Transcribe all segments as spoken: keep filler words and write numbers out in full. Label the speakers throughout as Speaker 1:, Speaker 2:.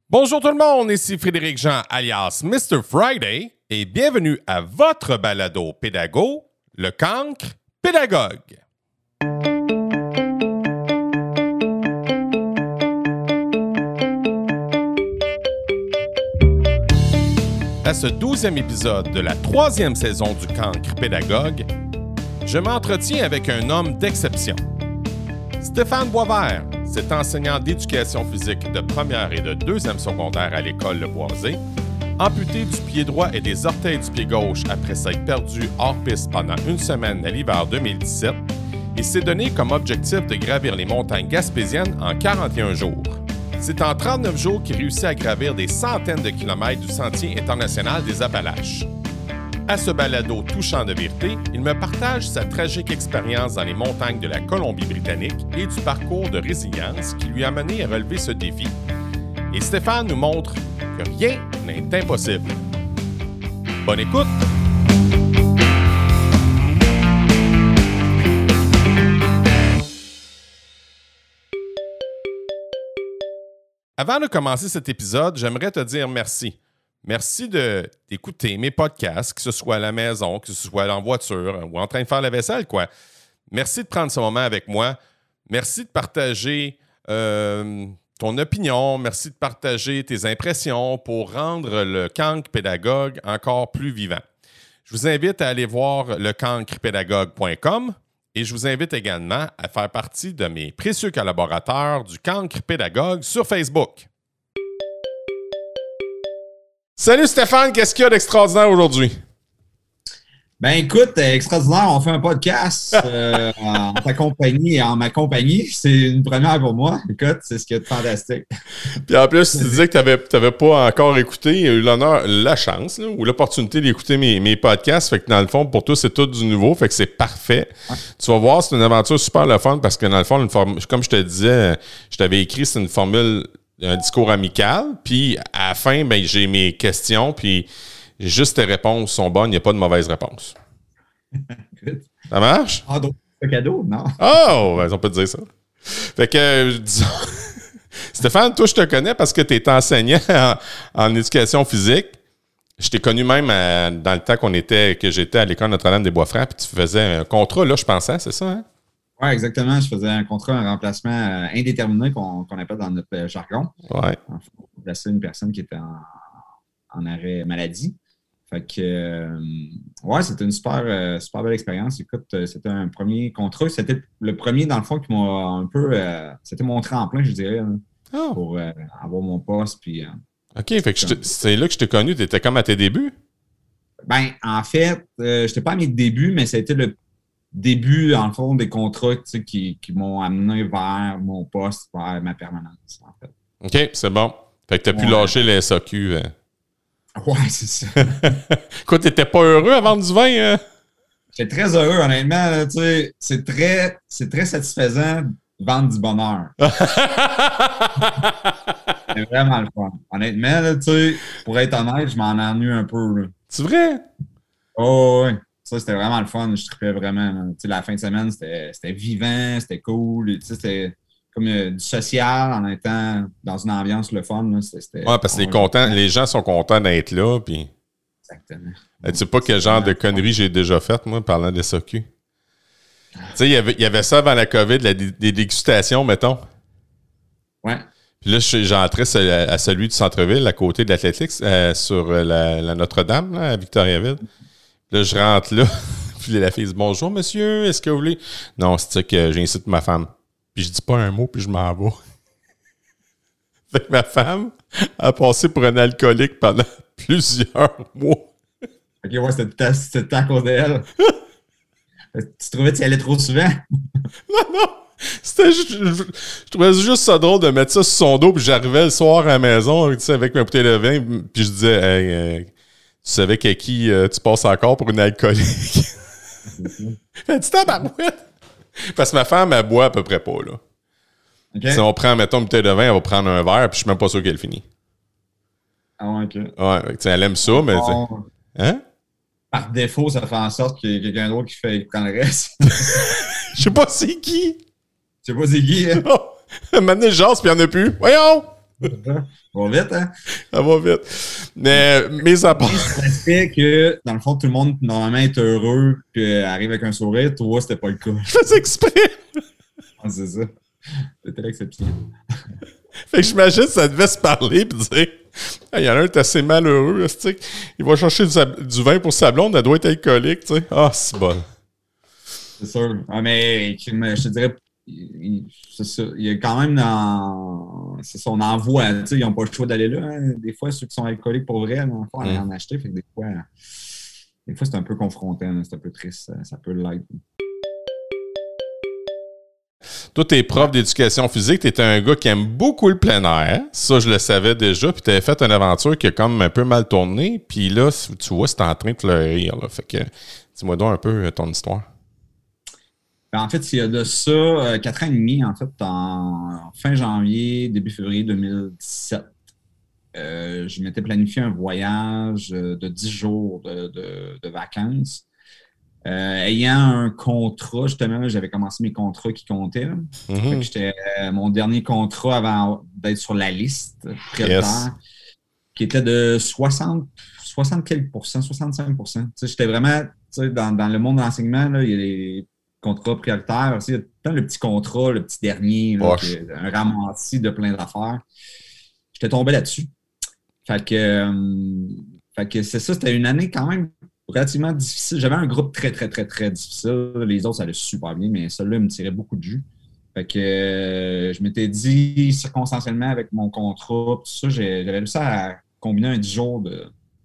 Speaker 1: Bonjour tout le monde, ici Frédéric Jean alias mister Friday et bienvenue à votre balado pédago, le cancre pédagogue. À ce douzième épisode de la troisième saison du cancre pédagogue, je m'entretiens avec un homme d'exception. Stéphane Boisvert, cet enseignant d'éducation physique de première et de deuxième secondaire à l'école Le Boisé, amputé du pied droit et des orteils du pied gauche après s'être perdu hors piste pendant une semaine à l'hiver deux mille dix-sept, il s'est donné comme objectif de gravir les montagnes gaspésiennes en quarante et un jours. C'est en trente-neuf jours qu'il réussit à gravir des centaines de kilomètres du Sentier international des Appalaches. À ce balado touchant de vérité, il me partage sa tragique expérience dans les montagnes de la Colombie-Britannique et du parcours de résilience qui lui a mené à relever ce défi. Et Stéphane nous montre que rien n'est impossible. Bonne écoute! Avant de commencer cet épisode, j'aimerais te dire merci. Merci de, d'écouter mes podcasts, que ce soit à la maison, que ce soit en voiture ou en train de faire la vaisselle, quoi. Merci de prendre ce moment avec moi. Merci de partager euh, ton opinion. Merci de partager tes impressions pour rendre le cancre pédagogue encore plus vivant. Je vous invite à aller voir le cancre pédagogue point com et je vous invite également à faire partie de mes précieux collaborateurs du cancre pédagogue sur Facebook. Salut Stéphane, qu'est-ce qu'il y a d'extraordinaire aujourd'hui?
Speaker 2: Ben écoute, extraordinaire, on fait un podcast euh, en ta compagnie et en ma compagnie. C'est une première pour moi. Écoute, c'est ce qu'il y a de fantastique.
Speaker 1: Puis en plus, tu disais que tu n'avais pas encore écouté, eu l'honneur, la chance là, ou l'opportunité d'écouter mes, mes podcasts. Fait que dans le fond, pour toi, c'est tout du nouveau. Fait que c'est parfait. Ouais. Tu vas voir, c'est une aventure super le fun parce que dans le fond, une forme, comme je te disais, je t'avais écrit, c'est une formule, un discours amical. Puis à la fin, ben, j'ai mes questions. Puis juste tes réponses sont bonnes, il n'y a pas de mauvaise réponse. Ça marche?
Speaker 2: Ah, donc, c'est un cadeau, non?
Speaker 1: Oh, ben, on peut te dire ça. Fait que, euh, disons, Stéphane, toi, je te connais parce que tu es enseignant en, en éducation physique. Je t'ai connu même à, dans le temps qu'on était, que j'étais à l'école Notre-Dame-des-Bois-Francs, puis tu faisais un contrat, là, je pensais, c'est ça, hein?
Speaker 2: Oui, exactement. Je faisais un contrat, un remplacement euh, indéterminé qu'on, qu'on appelle dans notre euh, jargon.
Speaker 1: Oui.
Speaker 2: En fait, on remplaçait une personne qui était en, en arrêt maladie. Fait que, euh, ouais, c'était une super, euh, super belle expérience. Écoute, euh, c'était un premier contrat. C'était le premier, dans le fond, qui m'a un peu. Euh, c'était mon tremplin, je dirais, là, oh. pour euh, avoir mon poste. Puis, euh,
Speaker 1: OK, fait que je c'est là que je t'ai connu. Tu étais comme à tes débuts?
Speaker 2: Ben, en fait, euh, je n'étais pas à mes débuts, mais c'était le début, en fond, des contrats qui, qui m'ont amené vers mon poste, vers ma permanence, en fait.
Speaker 1: OK, c'est bon. Fait que tu as ouais. pu lâcher les S A Q. Euh.
Speaker 2: Ouais, c'est ça.
Speaker 1: Quoi, t'étais pas heureux à vendre du vin? Hein?
Speaker 2: J'étais très heureux, honnêtement. Là, c'est, très, c'est très satisfaisant de vendre du bonheur. C'est vraiment le fun. Honnêtement, là, pour être honnête, je m'en ennuie un peu. Là.
Speaker 1: C'est vrai?
Speaker 2: Oh, oui. Ça, c'était vraiment le fun. Je trippais vraiment. La fin de semaine, c'était, c'était vivant, c'était cool. C'était comme euh, du social en étant dans une ambiance le fun. Là. C'était, c'était,
Speaker 1: ouais, parce que les, contents, les gens sont contents d'être là. Puis...
Speaker 2: Exactement.
Speaker 1: Tu sais pas quel genre de conneries j'ai déjà faites, moi, parlant des S A Q. Tu sais, il y avait, y avait ça avant la COVID, la, des dégustations, mettons.
Speaker 2: Ouais.
Speaker 1: Puis là, j'entrais à celui du centre-ville, à côté de l'Athlétique, euh, sur la, la Notre-Dame, là, à Victoriaville. Là, je rentre là. Puis la fille dit « Bonjour, monsieur, est-ce que vous voulez... » Non, c'est ça que j'incite ma femme. Puis je dis pas un mot, puis je m'en vais. Fait que ma femme a passé pour un alcoolique pendant plusieurs mois.
Speaker 2: OK, ouais, c'était, c'était à cause d'elle. Tu trouvais que tu y allais trop souvent?
Speaker 1: Non, non. C'était juste, je, je trouvais juste ça drôle de mettre ça sur son dos, puis j'arrivais le soir à la maison, tu sais, avec ma bouteille de vin, puis je disais hey, euh, tu savais qu'à qui euh, tu passes encore pour une alcoolique? Elle dit tabarouette! Parce que ma femme, elle boit à peu près pas, là. Okay. Si on prend, mettons, une bouteille de vin, elle va prendre un verre, puis je suis même pas sûr qu'elle finit.
Speaker 2: Ah ouais, OK.
Speaker 1: Ouais, tu sais, elle aime ça, mais... Bon, hein?
Speaker 2: Par défaut, ça fait en sorte qu'il y a quelqu'un d'autre qui fait prendre le reste.
Speaker 1: Je sais pas c'est qui.
Speaker 2: Je sais pas c'est qui, hein?
Speaker 1: Maintenant, je jase, puis il n'y en a plus. Voyons!
Speaker 2: Ça va vite, hein?
Speaker 1: Ça va vite. Mais, mes à part...
Speaker 2: L'aspect que, dans le fond, tout le monde, normalement, est heureux puis arrive avec un sourire. Toi, c'était pas le cas.
Speaker 1: Je fais exprès.
Speaker 2: Ah, c'est ça. C'était l'exception.
Speaker 1: Fait que j'imagine que ça devait se parler et dire il y en a un qui est assez malheureux, il va chercher du, du vin pour sa blonde, elle doit être alcoolique, tu sais. Ah, c'est bon.
Speaker 2: C'est sûr. Ah, mais je te dirais, c'est ça. Il y a quand même dans. C'est son envoi, tu sais, ils n'ont pas le choix d'aller là. Hein. Des fois, ceux qui sont alcooliques pour vrai, dans le fond, mm. en acheter. Fait que des fois, des fois c'est un peu confrontant, c'est un peu triste, ça, ça peut l'être.
Speaker 1: Toi, t'es prof d'éducation physique, t'étais un gars qui aime beaucoup le plein air. Ça, je le savais déjà. Puis t'avais fait une aventure qui a quand même un peu mal tourné. Puis là, tu vois, c'est en train de fleurir. Là. Fait que, dis-moi donc un peu ton histoire.
Speaker 2: Ben, en fait, il y a de ça euh, quatre ans et demi, en fait, en fin janvier, début février deux mille dix-sept. Euh, je m'étais planifié un voyage de dix jours de, de, de vacances. Euh, ayant un contrat, justement, là, j'avais commencé mes contrats qui comptaient. Mm-hmm. Fait que j'étais euh, mon dernier contrat avant d'être sur la liste prioritaire, yes. qui était de soixante, soixante quelques pourcents, soixante-cinq pour cent. Tu sais, j'étais vraiment, tu sais, dans, dans le monde de l'enseignement, là, il y a les contrats prioritaires. Aussi, il y a tout le temps le petit contrat, le petit dernier, là, qui est un ramassis de plein d'affaires. J'étais tombé là-dessus. Fait que, euh, fait que c'est ça, c'était une année quand même relativement difficile. J'avais un groupe très, très, très, très difficile. Les autres, ça allait super bien, mais celui-là me tirait beaucoup de jus. Fait que euh, je m'étais dit, circonstanciellement, avec mon contrat, tout ça, j'avais réussi à combiner un dix jours de,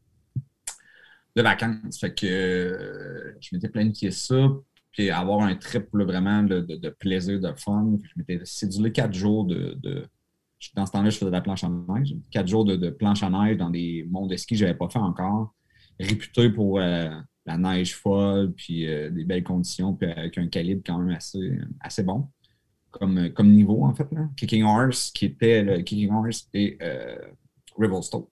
Speaker 2: de vacances. Fait que euh, je m'étais planifié ça, puis avoir un trip là, vraiment de, de, de plaisir, de fun. Je m'étais cédulé quatre jours de, de... Dans ce temps-là, je faisais de la planche à neige. Quatre jours de, de planche à neige dans des monts de ski que je n'avais pas fait encore. Réputé pour euh, la neige folle, puis euh, des belles conditions, puis avec un calibre quand même assez, assez bon, comme, comme niveau, en fait. Là. Kicking Horse, qui était le Kicking Horse et euh, Revelstoke.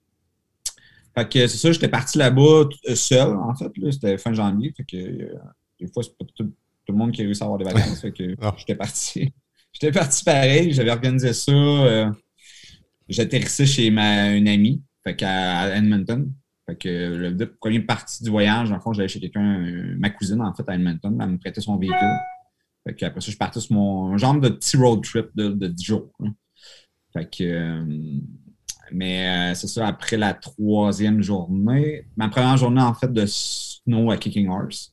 Speaker 2: Fait que c'est ça, j'étais parti là-bas seul, en fait. Là, c'était fin janvier, fait que euh, des fois, c'est pas tout, tout le monde qui a réussi à avoir des vacances, fait que j'étais parti. J'étais parti pareil, j'avais organisé ça. Euh, j'atterrissais chez ma, une amie, fait qu'à à Edmonton. Fait que le, le premier partie du voyage, dans le fond, j'allais chez quelqu'un, euh, ma cousine, en fait, à Edmonton, elle me prêtait son véhicule. Fait que après ça, je partais sur mon genre de petit road trip de, de dix jours. Hein. Fait que, euh, mais euh, c'est ça, après la troisième journée, ma première journée, en fait, de snow à Kicking Horse,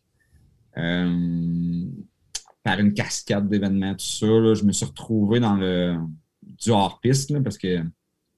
Speaker 2: euh, par une cascade d'événements, tout ça, là, je me suis retrouvé dans le du hors-piste, là, parce que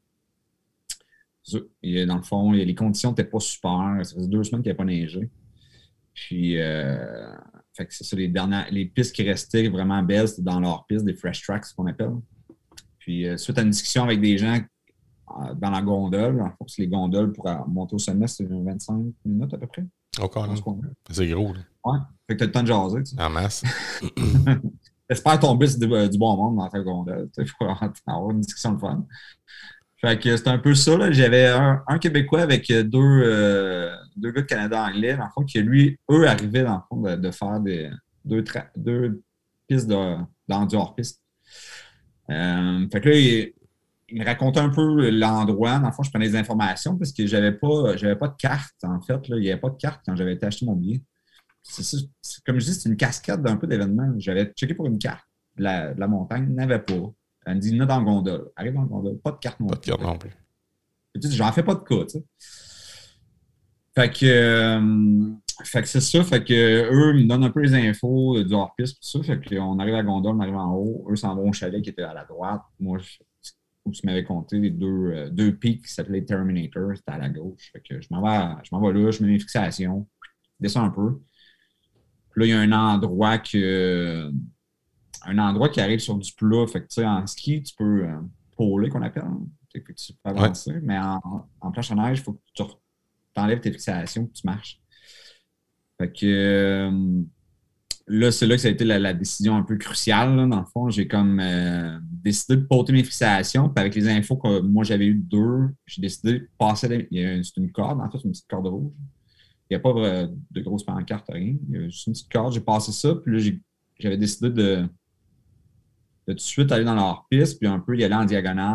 Speaker 2: dans le fond, les conditions n'étaient pas super. Ça faisait deux semaines qu'il n'y avait pas neigé. Puis, euh, fait que c'est ça, les dernières, les pistes qui restaient vraiment belles, c'était dans leur piste, des fresh tracks, ce qu'on appelle. Puis, euh, suite à une discussion avec des gens euh, dans la gondole, en fait, c'est les gondoles pour monter au sommet, c'est vingt-cinq minutes à peu près.
Speaker 1: Encore, c'est gros. Là.
Speaker 2: Ouais, fait que tu as le temps de jaser. Tu sais.
Speaker 1: En masse.
Speaker 2: J'espère tomber sur du, du bon monde dans ta gondole, tu sais, pour avoir une discussion de fun. Fait que c'était un peu ça. Là. J'avais un, un Québécois avec deux, euh, deux gars de Canada anglais, dans le fond, qui, lui, eux, arrivaient, dans le fond, de, de faire des, deux, tra- deux pistes de, dans du hors-piste. Euh, fait que là, il, il me racontait un peu l'endroit. Dans le fond, je prenais des informations parce que j'avais pas, j'avais pas de carte, en fait. Là. Il n'y avait pas de carte quand j'avais été acheter mon billet. C'est ça, c'est, comme je dis, c'est une cascade d'un peu d'événements. J'avais checké pour une carte de la, de la montagne, il n'y en avait pas. Elle me dit, il y en a dans le gondole. Arrive dans le gondole. Pas de carte non plus.
Speaker 1: Pas de carte non plus.
Speaker 2: J'en fais pas de cas, tu sais. Fait que, euh, fait que c'est ça. Fait que eux me donnent un peu les infos du hors-piste, tout ça. Fait qu'on arrive à la gondole, on arrive en haut. Eux s'en vont au chalet qui était à la droite. Moi, je, où tu m'avais compté les deux, euh, deux pics qui s'appelaient Terminator, c'était à la gauche. Fait que je m'en vais, je m'en vais là, je mets mes fixations, je descends un peu. Puis là, il y a un endroit que. Un endroit qui arrive sur du plat. Fait que, tu sais, en ski, tu peux euh, pôler, qu'on appelle. Hein. Fait que tu peux avancer. Ouais. Mais en, en planche à neige, il faut que tu enlèves tes fixations et que tu marches. Fait que euh, là, c'est là que ça a été la, la décision un peu cruciale. Là, dans le fond, j'ai comme euh, décidé de porter mes fixations. Puis avec les infos que moi, j'avais eu deux, j'ai décidé de passer. Les, il y a une, c'est une corde, en fait, une petite corde rouge. Il n'y a pas euh, de grosses pancartes, rien. Il y a juste une petite corde. J'ai passé ça. Puis là, j'ai, j'avais décidé de. de tout de suite aller dans leur piste, puis un peu y aller en diagonale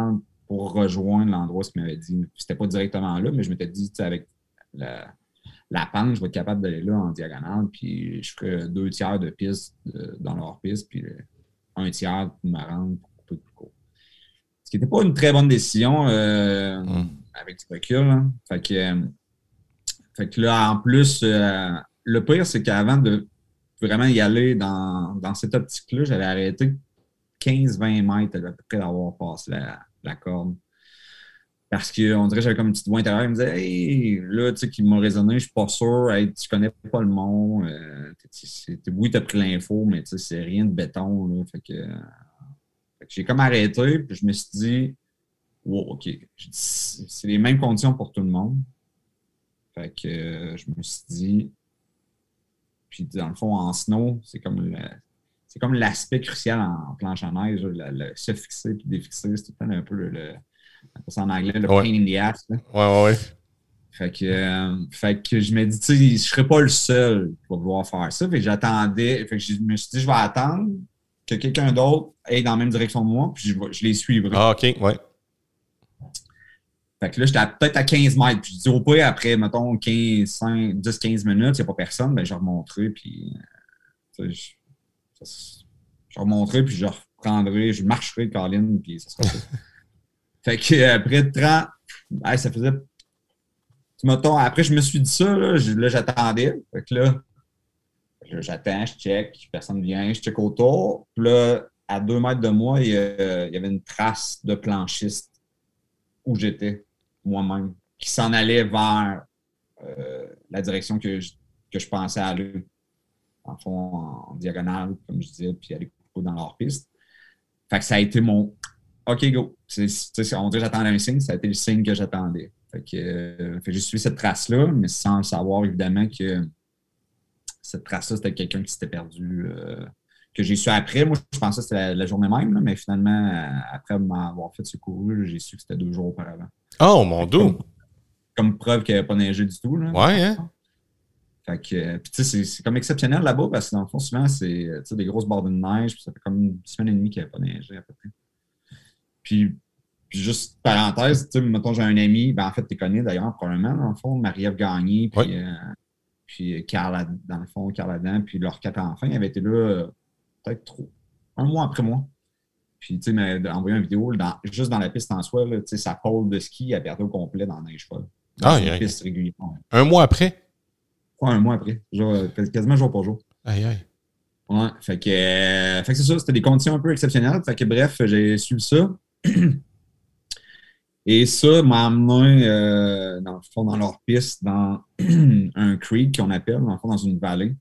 Speaker 2: pour rejoindre l'endroit où ce qu'il m'avait dit. C'était pas directement là, mais je m'étais dit, tu sais, avec la, la pente, je vais être capable d'aller là en diagonale, puis je ferais deux tiers de piste de, dans leur piste, puis un tiers pour me rendre pour couper plus court. Ce qui n'était pas une très bonne décision euh, mm. avec du recul. Hein. Fait que, euh, fait que là, en plus, euh, le pire, c'est qu'avant de vraiment y aller dans, dans cette optique-là, j'avais arrêté quinze vingt mètres à peu près d'avoir passé la, la corde. Parce qu'on dirait que j'avais comme une petite voix intérieure qui me disait « Hey, là, tu sais, qui m'a raisonné, je suis pas sûr, hey, tu connais pas le monde, euh, t'es, t'es, oui, t'as pris l'info, mais tu sais, c'est rien de béton. » Là. Fait que, euh, fait que j'ai comme arrêté, puis je me suis dit « Wow, OK, c'est les mêmes conditions pour tout le monde. » Fait que euh, je me suis dit, puis dans le fond, en snow, c'est comme le, c'est comme l'aspect crucial en planche à neige, le, le se fixer puis défixer, c'est tout le temps un peu le, le c'est en anglais, le
Speaker 1: ouais.
Speaker 2: pain in the ass. Là.
Speaker 1: Ouais, ouais, ouais.
Speaker 2: Fait que, euh, fait que je me dis, tu sais, je ne serais pas le seul pour vouloir faire ça. Fait que j'attendais, fait que je me suis dit, je vais attendre que quelqu'un d'autre aille dans la même direction que moi, puis je, je les suivrai.
Speaker 1: Ah, OK, ouais.
Speaker 2: Fait que là, j'étais peut-être à quinze mètres. Puis je dis au pire, après, mettons, quinze, cinq, dix quinze minutes, il n'y a pas personne, ben je remonterai, puis euh, je, je, je remonterai, puis je reprendrai, je marcherai, Colin, puis ça sera ça. Fait que euh, après trente, hey, ça faisait. Mettons, après, je me suis dit ça, là, je, là j'attendais. Fait que là, là, j'attends, je check, personne ne vient, je check autour. Puis là, à deux mètres de moi, il y, a, il y avait une trace de planchiste où j'étais moi-même, qui s'en allait vers euh, la direction que je, que je pensais aller, en fond, en, en diagonale, comme je disais, puis aller couper dans leur piste. Fait que ça a été mon OK, go. C'est, c'est, on dirait que j'attendais un signe, ça a été le signe que j'attendais. Fait que, euh, fait que j'ai suivi cette trace-là, mais sans savoir évidemment que cette trace-là, c'était quelqu'un qui s'était perdu, euh, que j'ai su après. Moi, je pensais que c'était la, la journée même, là, mais finalement, euh, après m'avoir fait secourir, j'ai su que c'était deux jours auparavant.
Speaker 1: Oh, mon Dieu!
Speaker 2: Comme, comme preuve qu'il n'avait pas neigé du tout. Là,
Speaker 1: ouais, hein?
Speaker 2: Fait que, puis tu sais, c'est, c'est comme exceptionnel là-bas parce que dans le fond, souvent, c'est des grosses bordées de neige, puis ça fait comme une semaine et demie qu'il n'y avait pas neigé à peu près. Puis, puis juste parenthèse, tu sais, mettons, j'ai un ami, ben en fait, tu connais d'ailleurs, probablement, dans le fond, Marie-Ève Gagné, puis, oui. euh, puis Carl, dans le fond, Carl Adam, puis leurs quatre enfants, ils avaient été là euh, peut-être trop, un mois après moi. Puis, tu sais, m'a envoyé une vidéo, dans, juste dans la piste en soi, tu sais, sa pôle de ski, elle perdait au complet dans la neige folle. Dans
Speaker 1: ah,
Speaker 2: une
Speaker 1: aïe.
Speaker 2: piste régulièrement.
Speaker 1: Un mois après?
Speaker 2: Ouais, un mois après, genre, quasiment jour pour jour.
Speaker 1: Aïe, aïe.
Speaker 2: Ouais, fait que, euh, fait que c'est ça, c'était des conditions un peu exceptionnelles. Fait que bref, j'ai suivi ça. Et ça m'a amené, euh, dans le fond, dans leur piste, dans un creek qu'on appelle, dans le fond, dans une vallée.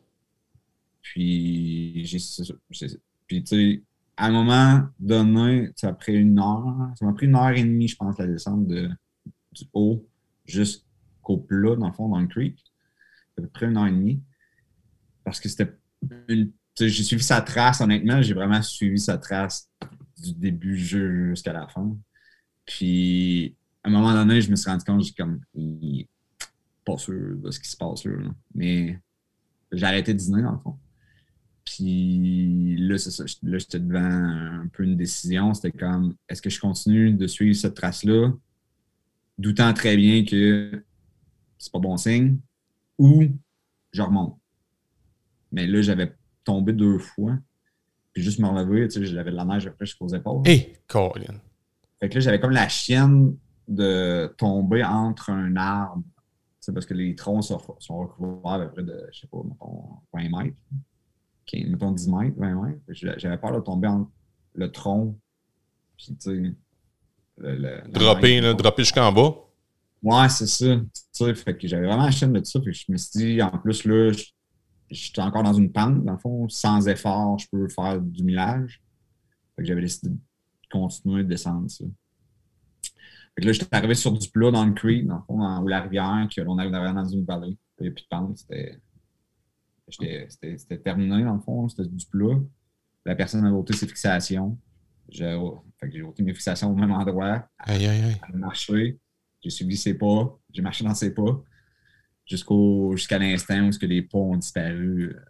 Speaker 2: Puis, j'ai, j'ai puis, tu sais, à un moment donné, après une heure, ça m'a pris une heure et demie, je pense, la descente de, du haut jusqu'au plat, dans le fond, dans le creek. À peu près une heure et demie. Parce que c'était une. J'ai suivi sa trace, honnêtement, j'ai vraiment suivi sa trace du début du jeu jusqu'à la fin. Puis, à un moment donné, je me suis rendu compte, j'ai comme, pas sûr de ce qui se passe là. là. Mais j'ai arrêté de dîner, dans le fond. Puis là, c'est ça. Là, j'étais devant un peu une décision. C'était comme, est-ce que je continue de suivre cette trace-là, doutant très bien que c'est pas bon signe, ou je remonte. Mais là, j'avais tombé deux fois. Puis juste me relever, tu sais, j'avais de la neige après jusqu'aux épaules.
Speaker 1: Hé, hey, Colin! Fait
Speaker 2: que là, j'avais comme la chienne de tomber entre un arbre. Tu sais, parce que les troncs sont, sont recouverts à peu près de, je sais pas, mettons, vingt mètres. Okay, mettons dix mètres, vingt mètres. J'avais peur de tomber entre le tronc. Puis, tu sais, le, le,
Speaker 1: dropper, là, dropper jusqu'en bas.
Speaker 2: Ouais, c'est ça. Tu sais, fait que j'avais vraiment la chienne de ça. Puis je me suis dit, en plus, là, je, j'étais encore dans une pente, dans le fond, sans effort, je peux faire du millage. Fait que j'avais décidé de continuer de descendre ça. Fait que là, j'étais arrivé sur du plat dans le creek, dans le fond, dans, ou la rivière, que l'on arrive dans une vallée. Il n'y a plus de pente. C'était, c'était, c'était terminé, dans le fond. C'était du plat. La personne avait ôté ses fixations. J'ai, fait que j'ai ôté mes fixations au même endroit.
Speaker 1: Aïe, aïe, aïe.
Speaker 2: Elle a marché. J'ai suivi ses pas. J'ai marché dans ses pas. Jusqu'au, jusqu'à l'instant où les pas ont disparu euh,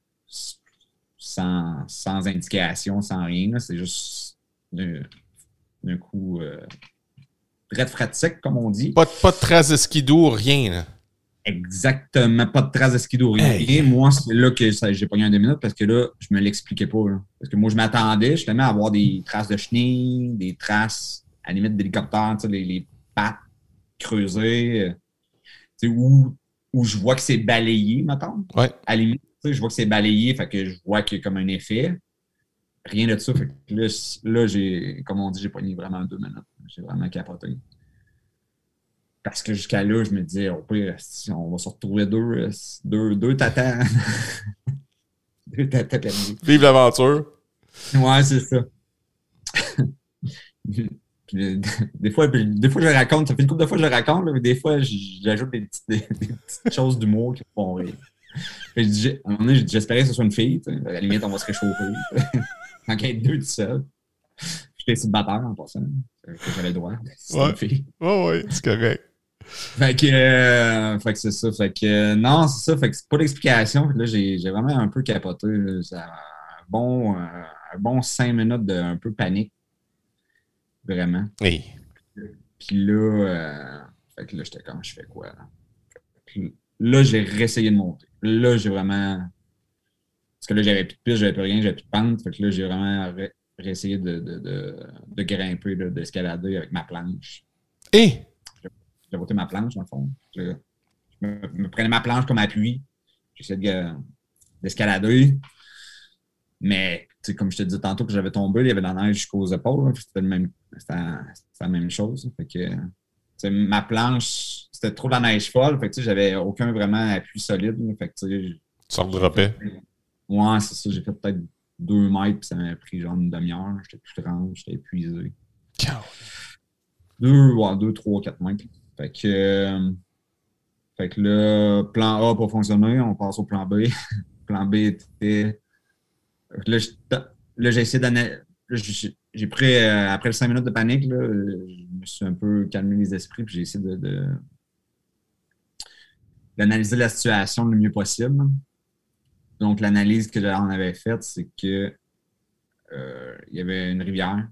Speaker 2: sans, sans indication, sans rien. Là. C'est juste euh, d'un coup, euh, red fret sec, comme on dit.
Speaker 1: Pas, de- pas de traces de skidoo, rien. Là.
Speaker 2: Exactement, pas de traces de skidoo, rien.
Speaker 1: Hey.
Speaker 2: Moi, c'est là que ça, j'ai pogné un deux minutes parce que là, je me l'expliquais pas. Là. Parce que moi, je m'attendais justement à avoir des traces de chenilles, des traces, à la limite, d'hélicoptère, tu sais, les, les pattes creusées, euh, tu sais, où, où je vois que c'est balayé, mettons.
Speaker 1: Ouais.
Speaker 2: À la limite, tu sais, je vois que c'est balayé, fait que je vois qu'il y a comme un effet. Rien de ça. Fait que là, là, j'ai, comme on dit, j'ai pogné vraiment deux minutes. J'ai vraiment capoté. Parce que jusqu'à là, je me disais, au pire, si on va se retrouver deux, deux, deux tatas. deux tatas perdus.
Speaker 1: Vive l'aventure.
Speaker 2: Ouais, c'est ça. Puis, des, fois, des fois, je le raconte. Ça fait une couple de fois que je le raconte, là, mais des fois, j'ajoute des petites, des, des petites choses d'humour qui me font rire. Puis, je dis, à un moment donné, j'espérais que ce soit une fille. À la limite, on va se réchauffer. Tant qu'il y ait deux tout seul. J'étais célibataire en passant. Que j'avais le droit. C'est
Speaker 1: ouais.
Speaker 2: une fille.
Speaker 1: Ouais, ouais, c'est correct.
Speaker 2: Fait que, euh, fait que c'est ça. Fait que euh, non, c'est ça. Fait que c'est pas d'explication. Là, j'ai, j'ai vraiment un peu capoté. Là. Ça, un, bon, euh, un bon cinq minutes de un peu panique. Vraiment.
Speaker 1: Hey.
Speaker 2: Puis là, euh, fait que là, j'étais comme, je fais quoi? Là, puis, là j'ai réessayé de monter. Là, j'ai vraiment. Parce que là, j'avais plus de piste, j'avais plus rien, j'avais plus de pente. Fait que là, j'ai vraiment ré- réessayé de, de, de, de grimper, là, d'escalader avec ma planche.
Speaker 1: Hey.
Speaker 2: J'ai voté ma planche, dans le fond. Je, je me, me prenais ma planche comme appui. J'essayais de, d'escalader. Mais, tu sais, comme je te disais tantôt que j'avais tombé, il y avait de la neige jusqu'aux épaules. Là, c'était, le même, c'était, c'était la même chose. Fait que, tu sais, ma planche, c'était trop de la neige folle. Fait que, tu sais, j'avais aucun vraiment appui solide. Là, fait que, tu sais,
Speaker 1: ça redroppait.
Speaker 2: Ouais, c'est ça. J'ai fait peut-être deux mètres, puis ça m'a pris genre une demi-heure. J'étais plus trente, j'étais épuisé.
Speaker 1: Ciao.
Speaker 2: Deux, ouais, deux, trois, quatre mètres. Fait que, euh, fait que là, plan A pour fonctionner, on passe au plan B. Plan B était. Là, là j'ai essayé d'analyser. J'ai pris, euh, après les cinq minutes de panique, là, je me suis un peu calmé les esprits, puis j'ai essayé de, de, d'analyser la situation le mieux possible. Donc, l'analyse que j'en avais faite, c'est que euh, il y avait une rivière.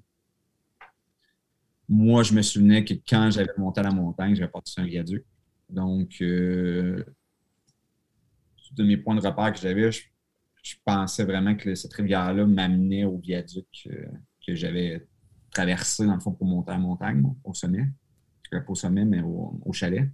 Speaker 2: Moi, je me souvenais que quand j'avais monté à la montagne, j'avais passé un viaduc. Donc, euh, de mes points de repère que j'avais, je, je pensais vraiment que cette rivière-là m'amenait au viaduc euh, que j'avais traversé, dans le fond, pour monter à la montagne, bon, au sommet. Pas au sommet, mais au, au chalet.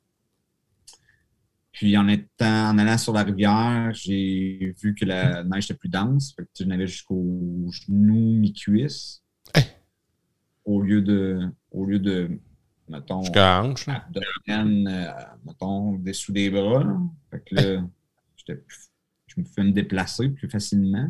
Speaker 2: Puis, en étant, en allant sur la rivière, j'ai vu que la neige était plus dense. Fait que je n'avais jusqu'au genou, mi-cuisse.
Speaker 1: Hey.
Speaker 2: Au lieu de, au lieu de, mettons,
Speaker 1: jusqu'à hanche, là.
Speaker 2: abdomen, euh, mettons, dessous des bras. Là. Fait que là, j'étais plus, je me fais me déplacer plus facilement.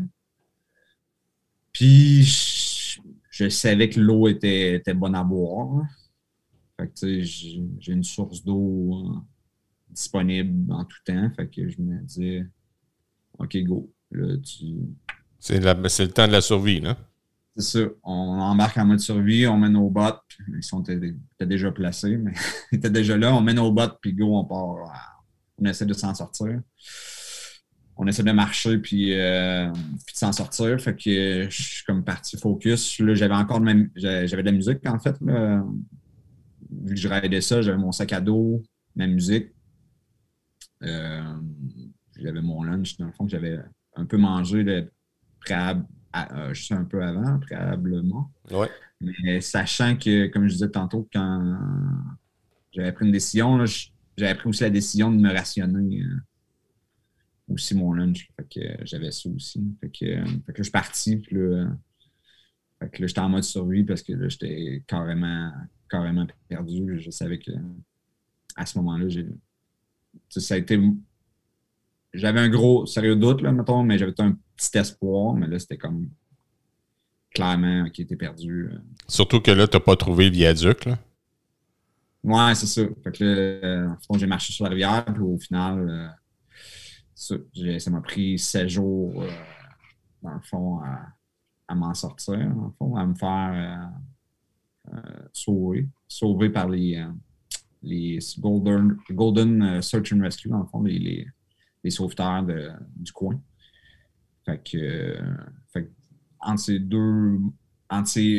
Speaker 2: Puis, je, je savais que l'eau était, était bonne à boire. Là. Fait que, tu sais, j'ai, j'ai une source d'eau euh, disponible en tout temps. Fait que je me disais, OK, go. Là, tu...
Speaker 1: c'est, la, c'est le temps de la survie, là.
Speaker 2: C'est ça. On embarque en mode survie, on met nos bottes. Ils sont étaient déjà placés, mais ils étaient déjà là. On met nos bottes, puis go, on part. On essaie de s'en sortir. On essaie de marcher, puis, euh, puis de s'en sortir. Fait que je suis comme parti focus. Là, j'avais encore de même, j'avais de la musique, en fait. Là. Vu que je raidais ça, j'avais mon sac à dos, ma musique. Euh, j'avais mon lunch, dans le fond, que j'avais un peu mangé le préalable. À, euh, juste un peu avant, préalablement.
Speaker 1: Ouais.
Speaker 2: Mais sachant que, comme je disais tantôt, quand j'avais pris une décision, là, j'avais pris aussi la décision de me rationner euh, aussi mon lunch. Fait que euh, j'avais ça aussi. Fait que, euh, fait que là, je suis parti, puis là, fait que là, j'étais en mode survie parce que là, j'étais carrément, carrément perdu. Je savais que à ce moment-là, j'ai, ça a été. J'avais un gros sérieux doute, là, mettons, mais j'avais un petit espoir, mais là, c'était comme clairement qui était perdu.
Speaker 1: Surtout que là, tu n'as pas trouvé le viaduc, là.
Speaker 2: Ouais, c'est ça. Fait que là, euh, en fond, j'ai marché sur la rivière, puis au final, euh, ça, ça m'a pris sept jours, euh, dans le fond, à, à m'en sortir, dans le fond, à me faire euh, euh, sauver. Sauver par les, euh, les Golden, Golden Search and Rescue, dans le fond, les, les les sauveteurs de, du coin. Fait que, euh, fait que entre ces deux, entre ces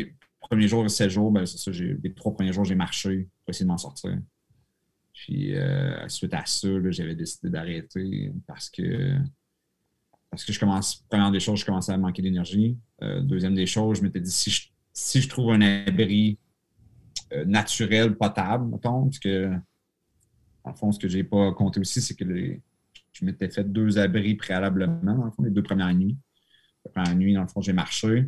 Speaker 2: premiers jours, sept jours, ben, c'est ça, j'ai, les trois premiers jours, j'ai marché pour essayer de m'en sortir. Puis, euh, suite à ça, là, j'avais décidé d'arrêter parce que, parce que je commence, première des choses, je commençais à manquer d'énergie. Euh, deuxième des choses, je m'étais dit, si je, si je trouve un abri euh, naturel, potable, mettons, parce que, en fond, ce que j'ai pas compté aussi, c'est que les, je m'étais fait deux abris préalablement, dans le fond, les deux premières nuits. La première nuit, dans le fond, j'ai marché.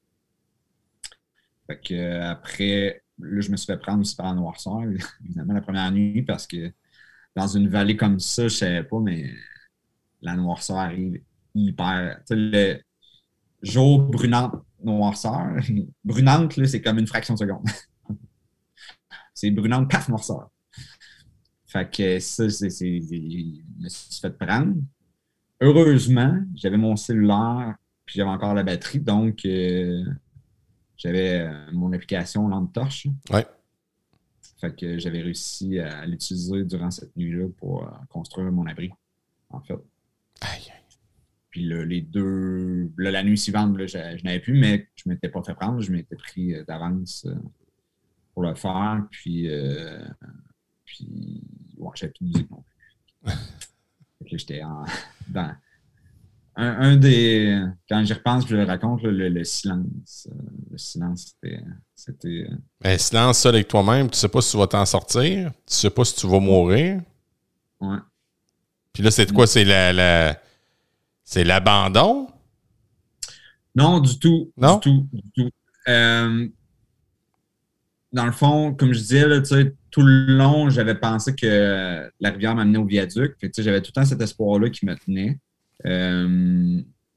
Speaker 2: Fait que, euh, après, là, je me suis fait prendre aussi par la noirceur, évidemment, la première nuit, parce que dans une vallée comme ça, je savais pas, mais la noirceur arrive hyper. Tu sais, le jour brunante, noirceur. Brunante, là, c'est comme une fraction de seconde. C'est brunante, paf, noirceur. Fait que ça, c'est, c'est, je me suis fait prendre. Heureusement, j'avais mon cellulaire, puis j'avais encore la batterie, donc euh, j'avais euh, mon application lampe torche.
Speaker 1: Ouais.
Speaker 2: Fait que j'avais réussi à l'utiliser durant cette nuit-là pour euh, construire mon abri, en fait.
Speaker 1: Aïe, aïe.
Speaker 2: Puis là, les deux... Là, la nuit suivante, là, je, je n'avais plus, mais je ne m'étais pas fait prendre. Je m'étais pris euh, d'avance euh, pour le faire. Puis, euh, puis ouais, j'avais plus de musique non plus. Fait que j'étais en... dans... Un, un des... Quand j'y repense, je le raconte, là, le, le silence. Euh, le silence, c'était... c'était euh...
Speaker 1: Ben, silence seul avec toi-même. Tu sais pas si tu vas t'en sortir. Tu sais pas si tu vas mourir.
Speaker 2: Ouais.
Speaker 1: Puis là, c'est quoi? C'est la... la... C'est l'abandon?
Speaker 2: Non, du tout.
Speaker 1: Non?
Speaker 2: Du tout. Du tout. Euh, dans le fond, comme je disais, là, tout le long, j'avais pensé que la rivière m'amenait au viaduc. Fait que, j'avais tout le temps cet espoir-là qui me tenait. Euh,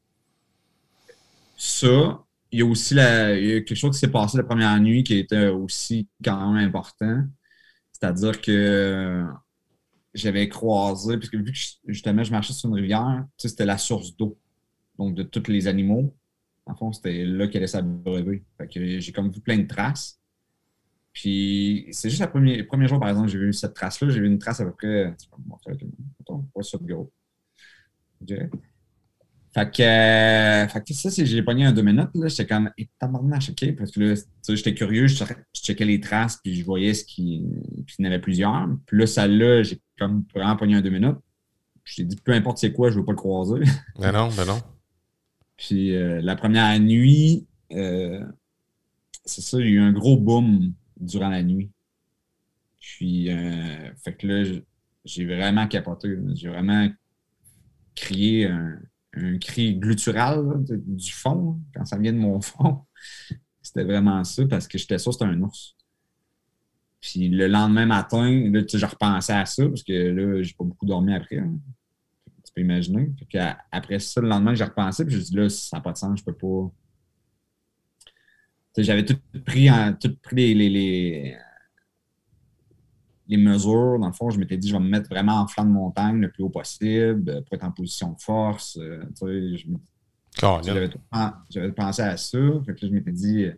Speaker 2: ça, il y a aussi la, il y a quelque chose qui s'est passé la première nuit qui était aussi quand même important. C'est-à-dire que j'avais croisé, puisque vu que justement je marchais sur une rivière, c'était la source d'eau, donc de tous les animaux. En fond, c'était là qu'elle allait s'abreuver. Fait que j'ai comme vu plein de traces. Puis c'est juste le premier, le premier jour, par exemple, j'ai vu cette trace-là. J'ai vu une trace à peu près. Tu peux me montrer avec le nom. Pas ça de gros. Je dirais. Fait que, euh, fait que ça, c'est, j'ai pogné un deux minutes. Là, j'étais comme, et tabarnache, OK. Parce que là, j'étais curieux, je, je checkais les traces, puis je voyais ce qui. Puis il y en avait plusieurs. Puis là, celle-là, j'ai comme vraiment pogné un deux minutes. Puis j'ai dit, peu importe c'est quoi, je veux pas le croiser.
Speaker 1: Ben non, ben non.
Speaker 2: Puis euh, la première nuit, euh, c'est ça, il y a eu un gros boom durant la nuit. Puis, euh, fait que là, j'ai vraiment capoté. J'ai vraiment crié un, un cri gluttural là, de, du fond, quand ça vient de mon fond. C'était vraiment ça, parce que j'étais sûr que c'était un ours. Puis le lendemain matin, là, je repensais à ça, parce que là, j'ai pas beaucoup dormi après. Hein. Tu peux imaginer. Fait que, après ça, le lendemain, j'ai repensé, puis je me suis dit, là, ça n'a pas de sens, je peux pas. T'sais, j'avais tout pris, en, tout pris les, les, les, les mesures. Dans le fond, je m'étais dit, je vais me mettre vraiment en flanc de montagne le plus haut possible pour être en position de force. Euh, je j'avais, tout, j'avais pensé à ça. Fait que là, je m'étais dit,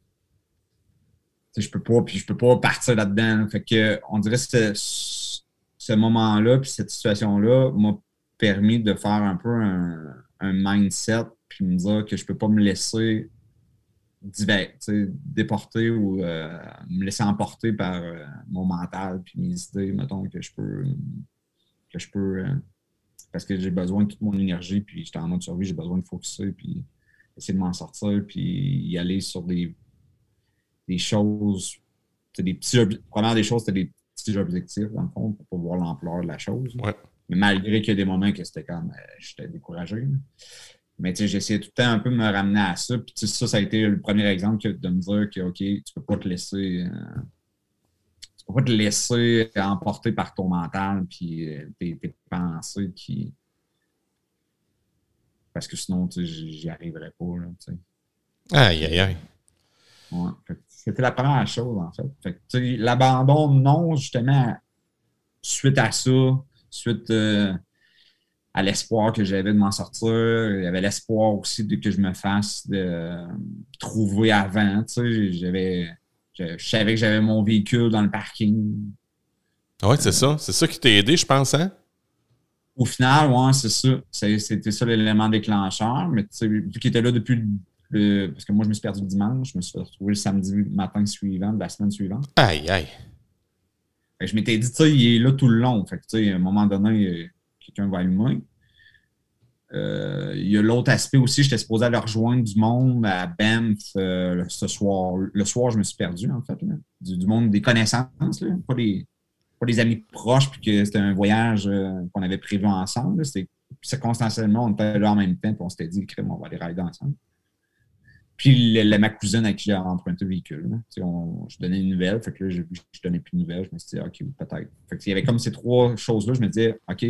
Speaker 2: je peux pas, puis je peux pas partir là-dedans. Fait que, on dirait que ce, ce moment-là, puis cette situation-là m'a permis de faire un peu un, un mindset, puis me dire que je peux pas me laisser divers, déporter ou euh, me laisser emporter par euh, mon mental puis mes idées, mettons, que je peux que je peux euh, parce que j'ai besoin de toute mon énergie, puis j'étais en mode survie, j'ai besoin de focusser, puis essayer de m'en sortir, puis y aller sur des des choses, des petits ob- première des choses, c'était des petits objectifs, dans le fond, pour pas voir l'ampleur de la chose.
Speaker 1: Ouais.
Speaker 2: Mais malgré qu'il y a des moments que c'était comme euh, j'étais découragé. Là. Mais tu sais, j'essayais tout le temps un peu de me ramener à ça. Puis ça, ça a été le premier exemple que, de me dire que, OK, tu peux pas te laisser euh, tu peux pas te laisser emporter par ton mental puis euh, tes, tes pensées qui... Parce que sinon, tu sais, j'y arriverais pas, là, tu sais.
Speaker 1: Aïe, aïe, aïe.
Speaker 2: Ouais. C'était la première chose, en fait. Fait que, tu sais, l'abandon, non, justement, suite à ça, suite... Euh, à l'espoir que j'avais de m'en sortir. Il y avait l'espoir aussi de que je me fasse de, euh, trouver avant. Tu sais, j'avais, je, je savais que j'avais mon véhicule dans le parking.
Speaker 1: Oui, c'est euh, ça. C'est ça qui t'a aidé, je pense, hein?
Speaker 2: Au final, oui, c'est ça. C'est, c'était ça l'élément déclencheur. Mais tu sais, vu qu'il était là depuis le, parce que moi, je me suis perdu le dimanche. Je me suis retrouvé le samedi matin suivant, de la semaine suivante.
Speaker 1: Aïe, aïe.
Speaker 2: Fait que je m'étais dit, tu sais, il est là tout le long. Fait que, tu sais, à un moment donné, quelqu'un va allumer. Euh, il y a l'autre aspect aussi, j'étais supposé aller rejoindre du monde à Banff euh, ce soir. Le soir, je me suis perdu, en fait. Là. Du, du monde des connaissances, là. Pas, des, pas des amis proches, puis que c'était un voyage euh, qu'on avait prévu ensemble. Là. C'était circonstanciellement, on était là en même temps, puis on s'était dit, crème, on va aller rider ensemble. Puis le, le, ma cousine à qui j'ai emprunté le véhicule. On, je donnais une nouvelle, fait que là, je, je donnais plus de nouvelles. Je me suis dit, OK, peut-être. Fait que, il y avait comme ces trois choses-là, je me disais, OK,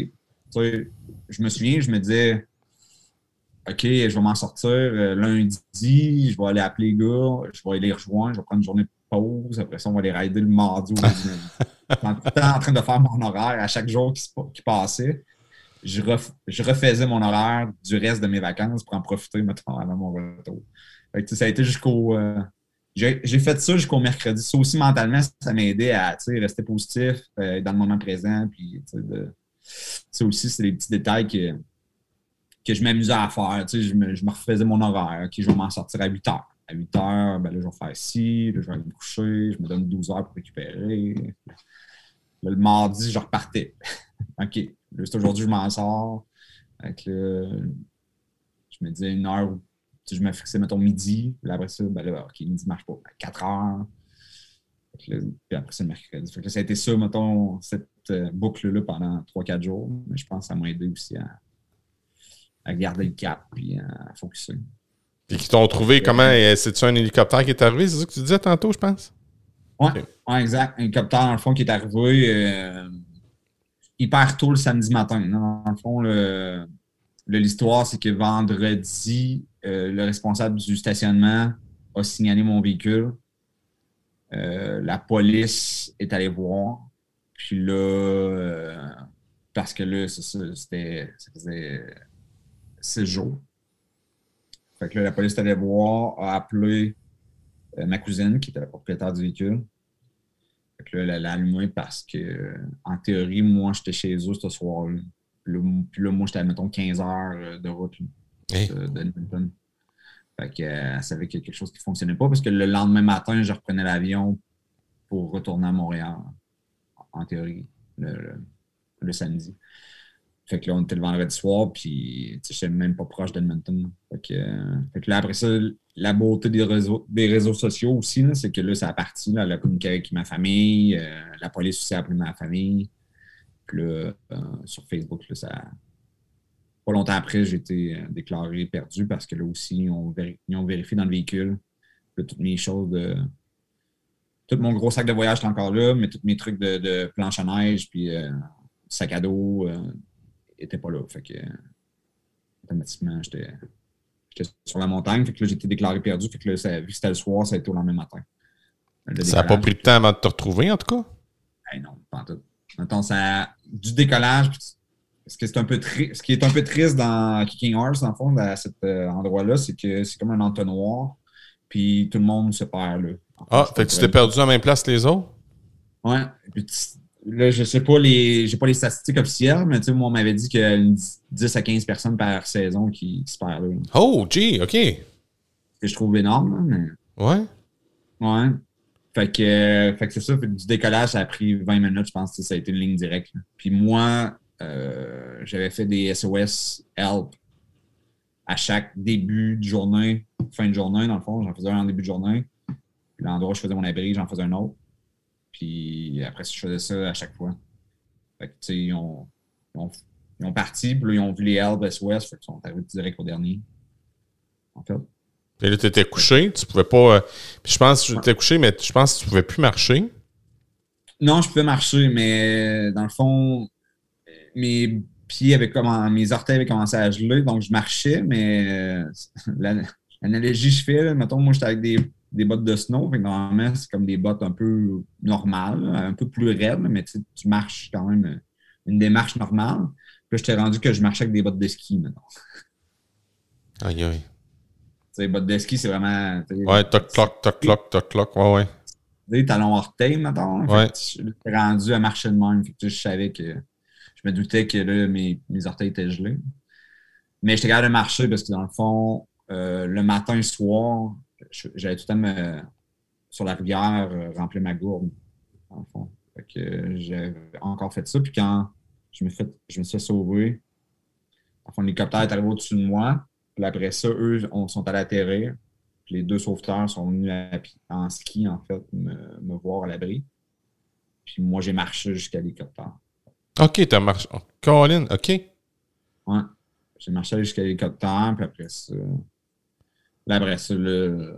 Speaker 2: je me souviens, je me disais, OK, je vais m'en sortir euh, lundi, je vais aller appeler les gars, je vais aller les rejoindre, je vais prendre une journée de pause, après ça, on va les rider le mardi ou le dimanche. En tout temps, en train de faire mon horaire à chaque jour qui, qui passait, je, ref, je refaisais mon horaire du reste de mes vacances pour en profiter, mettons, avant mon retour. Fait que, ça a été jusqu'au... Euh, j'ai, j'ai fait ça jusqu'au mercredi. Ça aussi, mentalement, ça m'a aidé à rester positif, euh, dans le moment présent, puis de... Ça aussi, c'est des petits détails que, que je m'amusais à faire. Je me, je me refaisais mon horaire. Okay, je vais m'en sortir à huit heures. À huit heures, ben là, je vais faire ci, là, je vais aller me coucher, je me donne douze heures pour récupérer. Là, le mardi, je repartais. OK, juste aujourd'hui, je m'en sors. Avec le, je me disais une heure où je me fixais, mettons, midi. Puis après ça, ben là, OK, midi ne marche pas. À quatre heures. Là, puis après ça, le mercredi. Fait que là, ça a été ça, mettons, cette euh, boucle-là pendant trois quatre jours. Mais je pense que ça m'a aidé aussi à, à garder le cap et à focusser.
Speaker 1: Puis qui t'ont trouvé, comment? Euh, c'est-tu un hélicoptère qui est arrivé? C'est ça que tu disais tantôt, je pense?
Speaker 2: Oui, okay. Ouais, exact. Un hélicoptère, dans le fond, qui est arrivé euh, hyper tôt le samedi matin. Dans le fond, le, le, l'histoire, c'est que vendredi, euh, le responsable du stationnement a signalé mon véhicule. Euh, la police est allée voir. Puis là, euh, parce que là, c'est ça, c'était, ça faisait six jours. Fait que là, la police est allée voir, a appelé euh, ma cousine, qui était la propriétaire du véhicule. Fait que là, elle l'a allumé parce que, en théorie, moi, j'étais chez eux ce soir-là. Puis là, puis là moi, j'étais à, mettons, quinze heures de route là, hey. de, de Edmonton. Fait qu'elle savait qu'il y a quelque chose qui ne fonctionnait pas parce que le lendemain matin, je reprenais l'avion pour retourner à Montréal, en théorie, le, le, le samedi. Fait que là, on était le vendredi soir, puis je n'étais même pas proche d'Edmonton. Fait que, euh, fait que là, après ça, la beauté des réseaux, des réseaux sociaux aussi, là, c'est que là, ça a parti. Là, elle a communiqué avec ma famille, euh, la police aussi a appelé ma famille. Puis là, euh, sur Facebook, là, ça... Pas longtemps après, j'ai été déclaré perdu parce que là aussi, ils ont, véri- ils ont vérifié dans le véhicule là, toutes mes choses de... Tout mon gros sac de voyage est encore là, mais tous mes trucs de, de planche à neige puis euh, sac à dos n'étaient euh, pas là. Fait que automatiquement, j'étais, j'étais sur la montagne. Fait que là, j'ai été déclaré perdu. Fait que là, ça, vu que c'était le soir, ça a été au lendemain matin.
Speaker 1: Ça n'a pas pris de temps avant de te retrouver, en tout cas?
Speaker 2: Hey, non, pas en tout. Mettons, ça a du décollage. Ce qui est un peu, tri- ce qui est un peu triste dans Kicking Horse, dans le fond, à cet euh, endroit-là, c'est que c'est comme un entonnoir. Puis tout le monde se perd là. En fait,
Speaker 1: ah, fait que tu t'es perdu à la même place que les autres?
Speaker 2: Ouais. Puis là, je sais pas les. J'ai pas les statistiques officielles, mais tu sais, moi, on m'avait dit qu'il y a dix à quinze personnes par saison qui, qui se perdent là.
Speaker 1: Oh, gee, OK.
Speaker 2: Que je trouve énorme, là, mais.
Speaker 1: Ouais.
Speaker 2: Ouais. Fait que, euh, fait que c'est ça. Fait que du décollage, ça a pris vingt minutes, je pense. Ça a été une ligne directe. Là. Puis moi, euh, j'avais fait des S O S help à chaque début de journée, fin de journée, dans le fond. J'en faisais un en début de journée. Puis l'endroit où je faisais mon abri, j'en faisais un autre. Puis après, je faisais ça à chaque fois. Fait que, tu sais, ils ont, ils, ont, ils ont parti, puis là, ils ont vu les help S O S, fait qu'ils sont arrivés direct au dernier. En fait.
Speaker 1: Et là, tu étais couché, tu pouvais pas... Euh, puis je pense que tu étais couché, mais je pense que tu pouvais plus marcher. Non,
Speaker 2: je pouvais marcher, mais dans le fond, mes pieds avaient commencé, mes orteils avaient commencé à geler, donc je marchais, mais euh, la, l'analogie que je fais, là, mettons, moi, j'étais avec des, des bottes de snow, fait que normalement, c'est comme des bottes un peu normales, là, un peu plus raides, mais tu, tu marches quand même une démarche normale. Puis là, j'étais rendu que je marchais avec des bottes de ski, maintenant.
Speaker 1: Aïe, aïe.
Speaker 2: Les bottes de ski, c'est vraiment...
Speaker 1: Ouais, toc-cloc, toc-cloc, toc-cloc, ouais, ouais.
Speaker 2: Des talons orteils, mettons.
Speaker 1: Ouais.
Speaker 2: Je suis rendu à marcher de même. Fait que je savais que... Je me doutais que là, mes, mes orteils étaient gelés. Mais j'étais capable de marcher parce que dans le fond, euh, le matin, le soir, j'allais tout le temps me, sur la rivière euh, remplir ma gourde, dans le fond. Fait que euh, j'ai encore fait ça. Puis quand je me, fait, je me suis fait sauver, en fond, l'hélicoptère est arrivé au-dessus de moi. Puis après ça, eux on, sont allés atterrir. Puis les deux sauveteurs sont venus à, en ski, en fait, me, me voir à l'abri. Puis moi, j'ai marché jusqu'à l'hélicoptère.
Speaker 1: OK, t'as marché. Oh, Colin, OK.
Speaker 2: Ouais. J'ai marché jusqu'à l'hélicoptère, puis après ça. Là, après ça, là.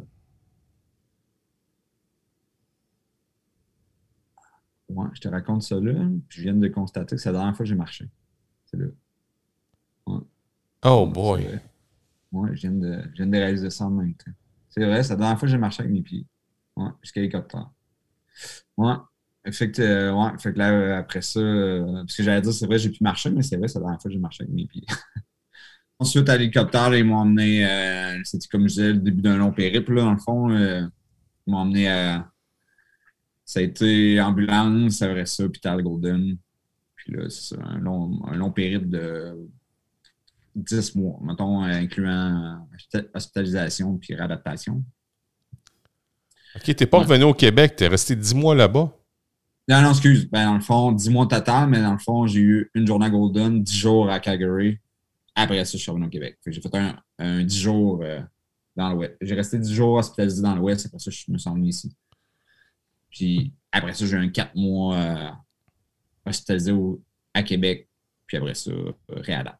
Speaker 2: Ouais, je te raconte ça là. Puis je viens de constater que c'est la dernière fois que j'ai marché. C'est là. Ouais.
Speaker 1: Oh
Speaker 2: Ouais,
Speaker 1: boy.
Speaker 2: Ouais, je viens, de, je viens de réaliser ça en même temps. C'est vrai, c'est la dernière fois que j'ai marché avec mes pieds. Ouais, jusqu'à l'hélicoptère. Ouais. Fait que, euh, ouais, fait que là, après ça, euh, parce que j'allais dire, c'est vrai, j'ai pu marcher, mais c'est vrai, c'est la dernière fois que j'ai marché avec mes pieds. Ensuite, à l'hélicoptère, là, ils m'ont emmené, euh, c'était comme je disais, le début d'un long périple, là, dans le fond. Euh, ils m'ont emmené à. Ça a été ambulance, après ça, hôpital Golden. Puis là, c'est ça, un long, un long périple de dix mois, mettons, incluant hospitalisation puis réadaptation.
Speaker 1: OK, t'es pas
Speaker 2: Ouais.
Speaker 1: revenu au Québec, t'es resté dix mois là-bas?
Speaker 2: Non, non, excuse. Ben, dans le fond, dix mois total, mais dans le fond, j'ai eu une journée à Golden, dix jours à Calgary. Après ça, je suis revenu au Québec. Fait que j'ai fait un, un dix jours euh, dans l'Ouest. J'ai resté dix jours hospitalisé dans l'Ouest. Après ça, je me suis emmené ici. Puis après ça, j'ai eu un quatre mois euh, hospitalisé au, à Québec. Puis après ça, euh, réadapté.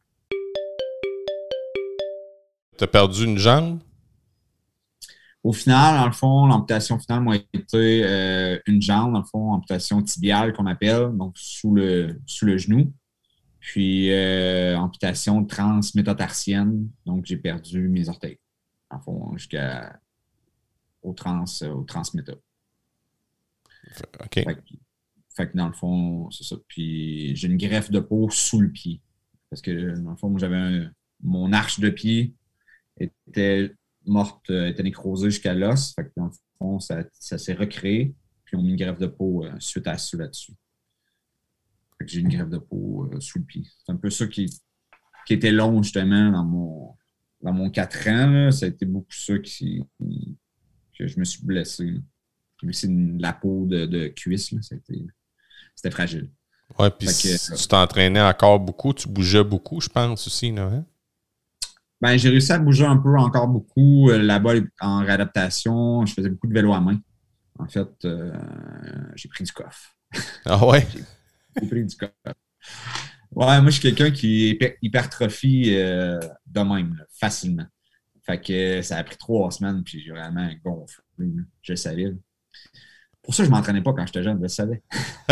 Speaker 1: T'as perdu une jambe?
Speaker 2: Au final, dans le fond, l'amputation finale m'a été euh, une jambe, dans le fond, amputation tibiale qu'on appelle, donc sous le, sous le genou. Puis euh, amputation transmétatarsienne, donc j'ai perdu mes orteils, dans le fond, jusqu'à au trans, au transméta.
Speaker 1: OK.
Speaker 2: Fait que, fait que dans le fond, c'est ça. Puis j'ai une greffe de peau sous le pied. Parce que dans le fond, moi, j'avais un, mon arche de pied était morte, était nécrosée jusqu'à l'os. Fait que dans le fond, ça, ça s'est recréé. Puis on a mis une greffe de peau euh, suite à ça là-dessus. Fait que j'ai une greffe de peau euh, sous le pied. C'est un peu ça qui, qui était long, justement, dans mon, dans mon quatre ans. Là. Ça a été beaucoup ça qui, que je me suis blessé. Là. Vu que c'est de la peau de, de cuisse, là, c'était, c'était fragile.
Speaker 1: Ouais, puis si
Speaker 2: que,
Speaker 1: tu t'entraînais encore beaucoup, tu bougeais beaucoup, je pense aussi, là, hein?
Speaker 2: Ben, j'ai réussi à bouger un peu encore beaucoup. Euh, là-bas, en réadaptation, je faisais beaucoup de vélo à main. En fait, euh, j'ai pris du coffre.
Speaker 1: Ah ouais?
Speaker 2: j'ai, j'ai pris du coffre. Ouais, moi, je suis quelqu'un qui hyper, hypertrophie euh, de même, là, facilement. Fait que ça a pris trois semaines, puis j'ai vraiment gonflé. Là. Je le savais. Là. Pour ça, je ne m'entraînais pas quand j'étais jeune, je le savais.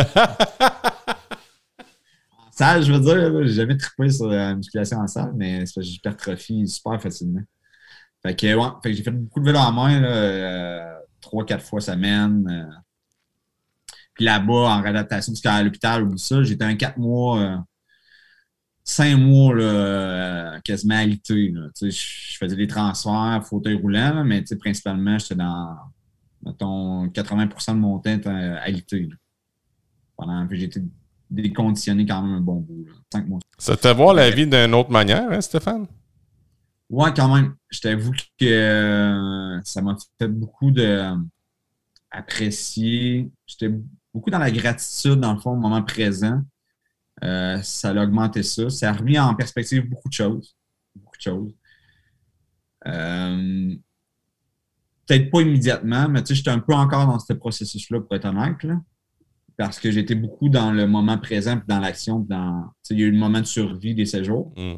Speaker 2: Salle, je veux dire, j'ai jamais trippé sur la musculation en salle, mais c'est parce que j'hypertrophie super facilement. Fait que, ouais, fait que j'ai fait beaucoup de vélo en main, là, euh, trois, quatre fois semaine. Euh. Puis là-bas, en réadaptation, parce qu'à l'hôpital, oublie ça, j'étais un quatre mois, euh, cinq mois, là, euh, quasiment alité. Là. Tu sais, je faisais des transferts, fauteuil roulant, là, mais tu sais, principalement, j'étais dans, mettons, quatre-vingts pour cent de mon temps alité. Là. Pendant que j'étais déconditionné quand même un bon bout. Là. Cinq mois.
Speaker 1: Ça te fait voir la vie d'une autre manière, hein, Stéphane?
Speaker 2: Ouais, quand même. Je t'avoue que euh, ça m'a fait beaucoup de euh, apprécier. J'étais beaucoup dans la gratitude, dans le fond, au moment présent. Euh, ça a augmenté ça. Ça a remis en perspective beaucoup de choses. Beaucoup de choses. Euh, peut-être pas immédiatement, mais tu sais, j'étais un peu encore dans ce processus-là, pour être honnête, là. Parce que j'étais beaucoup dans le moment présent, puis dans l'action, puis dans. Il y a eu le moment de survie des séjours.
Speaker 1: Mm.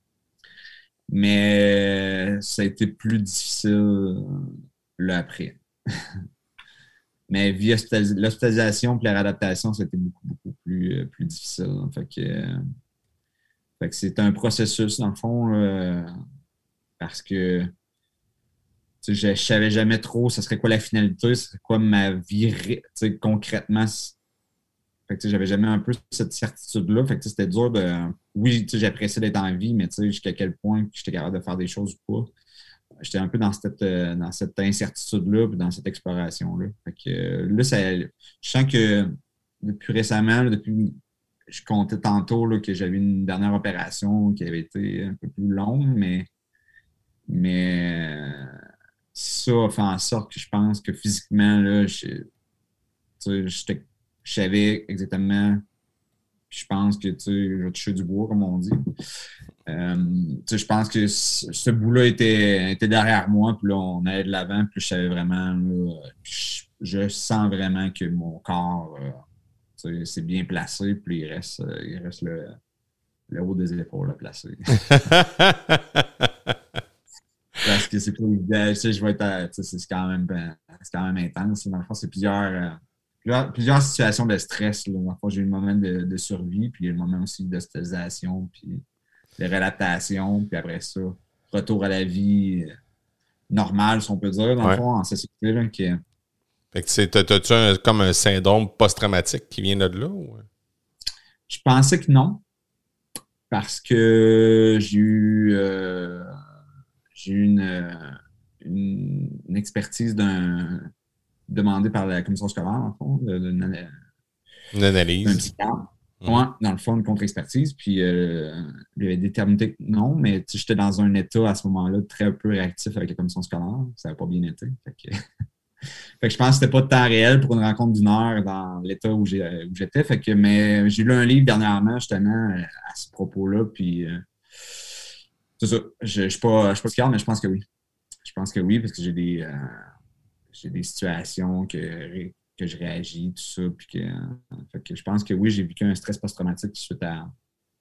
Speaker 2: Mais ça a été plus difficile là après. Mais via l'hospitalisation et la réadaptation, ça a été beaucoup, beaucoup plus, plus difficile. Fait que, euh, fait que c'était un processus, dans le fond, euh, parce que je ne savais jamais trop ce serait quoi la finalité, ce serait quoi ma vie concrètement. Fait que j'avais jamais un peu cette certitude-là. Fait que c'était dur de. Oui, j'appréciais d'être en vie, mais jusqu'à quel point j'étais capable de faire des choses ou pas. J'étais un peu dans cette, dans cette incertitude-là, puis dans cette exploration-là. Fait que là, ça, je sens que depuis récemment, là, depuis je comptais tantôt là, que j'avais une dernière opération qui avait été un peu plus longue, mais Mais euh, ça a fait en sorte que je pense que physiquement, là, je, je savais exactement. Puis je pense que, tu sais, je vais toucher du bois, comme on dit. Euh, tu sais, je pense que ce, ce bout-là était, était derrière moi, puis là, on allait de l'avant, puis je savais vraiment, là, je, je sens vraiment que mon corps, euh, tu sais, c'est bien placé, puis il reste, euh, il reste le, le haut des épaules à placer. Parce que c'est pas évident, tu sais, je vais être, à, tu sais, c'est quand même, c'est quand même intense. Dans le fond, c'est plusieurs... Euh, Plusieurs, plusieurs situations de stress. Là. Dans le fond, j'ai eu le moment de, de survie, puis il y a le moment aussi d'hospitalisation, puis de réadaptation, puis après ça, retour à la vie euh, normale, si on peut dire, dans
Speaker 1: ouais.
Speaker 2: le fond, en société. Là, qui...
Speaker 1: Fait que c'est, t'as-tu un, comme un syndrome post-traumatique qui vient de là? Ou?
Speaker 2: Je pensais que non, parce que j'ai eu, euh, j'ai eu une, une, une expertise d'un demandée par la commission scolaire, en fond, d'une
Speaker 1: Une analyse.
Speaker 2: d'un psychiatre. Mm-hmm. Ouais, dans le fond, une contre-expertise. Puis, euh, il avait déterminé que non, mais j'étais dans un état à ce moment-là très peu réactif avec la commission scolaire. Ça n'avait pas bien été. Fait que, fait que je pense que c'était pas de temps réel pour une rencontre d'une heure dans l'état où, j'ai, où j'étais. Fait que, mais j'ai lu un livre dernièrement, justement, à ce propos-là. Puis, euh, c'est ça. Je ne suis pas, pas psychiatre, mais je pense que oui. Je pense que oui, parce que j'ai des, euh, j'ai des situations que. que je réagis, tout ça. Puis que, euh, fait que je pense que oui, j'ai vécu un stress post-traumatique suite à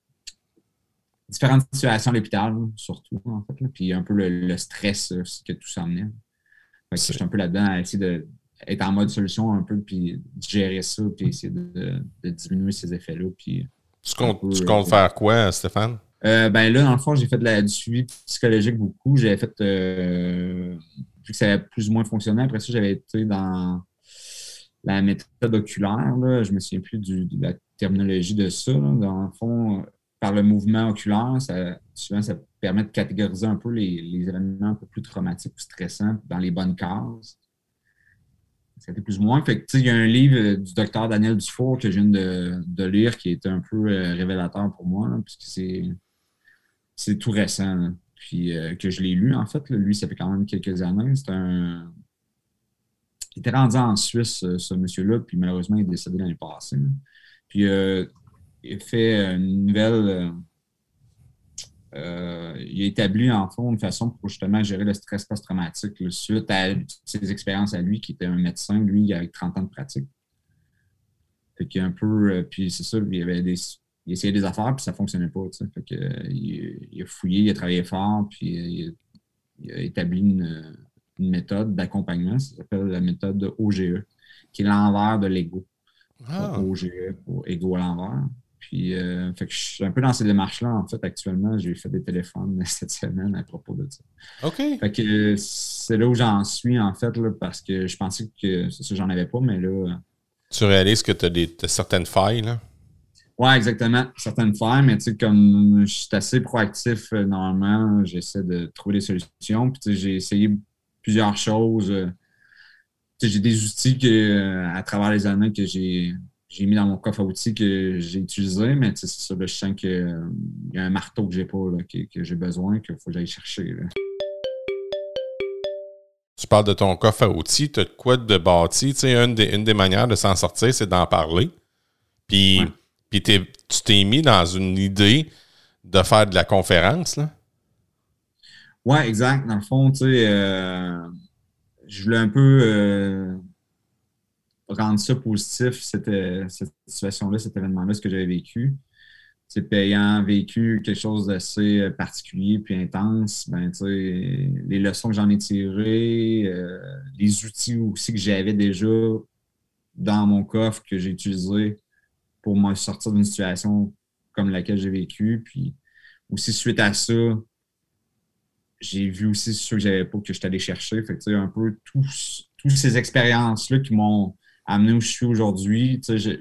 Speaker 2: différentes situations à l'hôpital, surtout, en fait. Là, puis un peu le, le stress euh, que tout ça emmenait. Fait que je suis un peu là-dedans à essayer d'être en mode solution un peu, puis de gérer ça, puis essayer de, de diminuer ces effets-là. Puis
Speaker 1: tu comptes, peu, tu comptes euh, faire quoi, Stéphane?
Speaker 2: Euh, ben là, dans le fond, j'ai fait de la, du suivi psychologique beaucoup. J'avais fait, euh, vu que ça avait plus ou moins fonctionné, après ça, j'avais été dans la méthode oculaire, là, je ne me souviens plus du, de la terminologie de ça. Là. Dans le fond, par le mouvement oculaire, ça, souvent, ça permet de catégoriser un peu les, les événements un peu plus traumatiques ou stressants dans les bonnes cases. C'était plus ou moins. Fait que, il y a un livre du docteur Daniel Dufour que je viens de, de lire qui est un peu euh, révélateur pour moi, là, puisque c'est, c'est tout récent. Là. Puis euh, que je l'ai lu, en fait. Là. Lui, ça fait quand même quelques années. C'est un... Il était rendu en Suisse, ce monsieur-là, puis malheureusement, il est décédé l'année passée. Là. Puis, euh, il a fait une nouvelle... Euh, euh, il a établi, en fond, une façon pour justement gérer le stress post-traumatique là, suite à ses expériences à lui, qui était un médecin, lui, avec trente ans de pratique. Fait qu'il a un peu... Euh, puis c'est ça, il avait des... Il essayait des affaires, puis ça ne fonctionnait pas. T'sais. Fait que, euh, il, il a fouillé, il a travaillé fort, puis euh, il, a, il a établi une... une méthode d'accompagnement, ça s'appelle la méthode O G E, qui est l'envers de l'ego. Ah. O G E, pour ego à l'envers. Puis, euh, fait que je suis un peu dans ces démarches-là, en fait, actuellement. J'ai fait des téléphones cette semaine à propos de ça.
Speaker 1: OK.
Speaker 2: Fait que c'est là où j'en suis, en fait, là, parce que je pensais que c'est ça, j'en avais pas, mais là...
Speaker 1: Tu réalises que tu as, des, t'as certaines failles, là?
Speaker 2: Oui, exactement. Certaines failles, mais tu sais, comme je suis assez proactif, euh, normalement, j'essaie de trouver des solutions. Puis, tu sais, j'ai essayé plusieurs choses. J'ai des outils que, à travers les années que j'ai, j'ai mis dans mon coffre à outils que j'ai utilisé, mais c'est ça, là, je sens qu'il euh, y a un marteau que j'ai pas, là, que, que j'ai besoin, qu'il faut que j'aille chercher. Là.
Speaker 1: Tu parles de ton coffre à outils, tu as de quoi de bâti. Tu sais, une des, une des manières de s'en sortir, c'est d'en parler. Puis, ouais. puis tu t'es mis dans une idée de faire de la conférence, là?
Speaker 2: Oui, exact. Dans le fond, tu sais, euh, je voulais un peu euh, rendre ça positif, cette, cette situation-là, cet événement-là, ce que j'avais vécu. C'est payant, vécu quelque chose d'assez particulier puis intense. Ben, tu sais, les leçons que j'en ai tirées, euh, les outils aussi que j'avais déjà dans mon coffre que j'ai utilisés pour me sortir d'une situation comme laquelle j'ai vécu. Puis aussi, suite à ça, j'ai vu aussi ceux que j'avais pas, que je suis allé chercher. Fait que, tu sais, un peu tous, toutes ces expériences-là qui m'ont amené où je suis aujourd'hui. Tu sais, j'ai,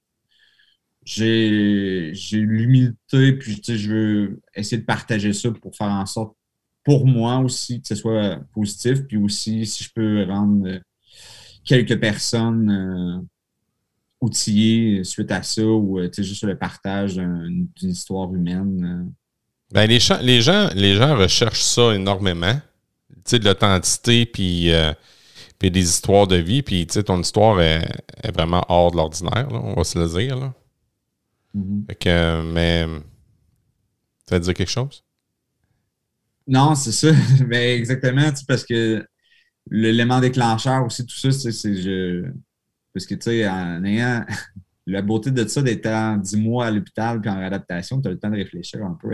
Speaker 2: j'ai, j'ai l'humilité, puis tu sais, je veux essayer de partager ça pour faire en sorte, pour moi aussi, que ce soit positif, puis aussi, si je peux rendre quelques personnes euh, outillées suite à ça, ou tu sais, juste le partage d'un, d'une histoire humaine. Euh,
Speaker 1: Ben, les, gens, les, gens, les gens recherchent ça énormément. Tu sais, de l'authenticité, puis, euh, puis des histoires de vie. Puis, tu sais, ton histoire est, est vraiment hors de l'ordinaire, là, on va se le dire. Là.
Speaker 2: Mm-hmm.
Speaker 1: Fait que, mais, ça veut dire quelque chose?
Speaker 2: Non, c'est ça. Mais exactement, parce que l'élément déclencheur aussi, tout ça, c'est, c'est je. Parce que, tu sais, en ayant. La beauté de ça, d'être en dix mois à l'hôpital puis en réadaptation, tu as le temps de réfléchir un peu.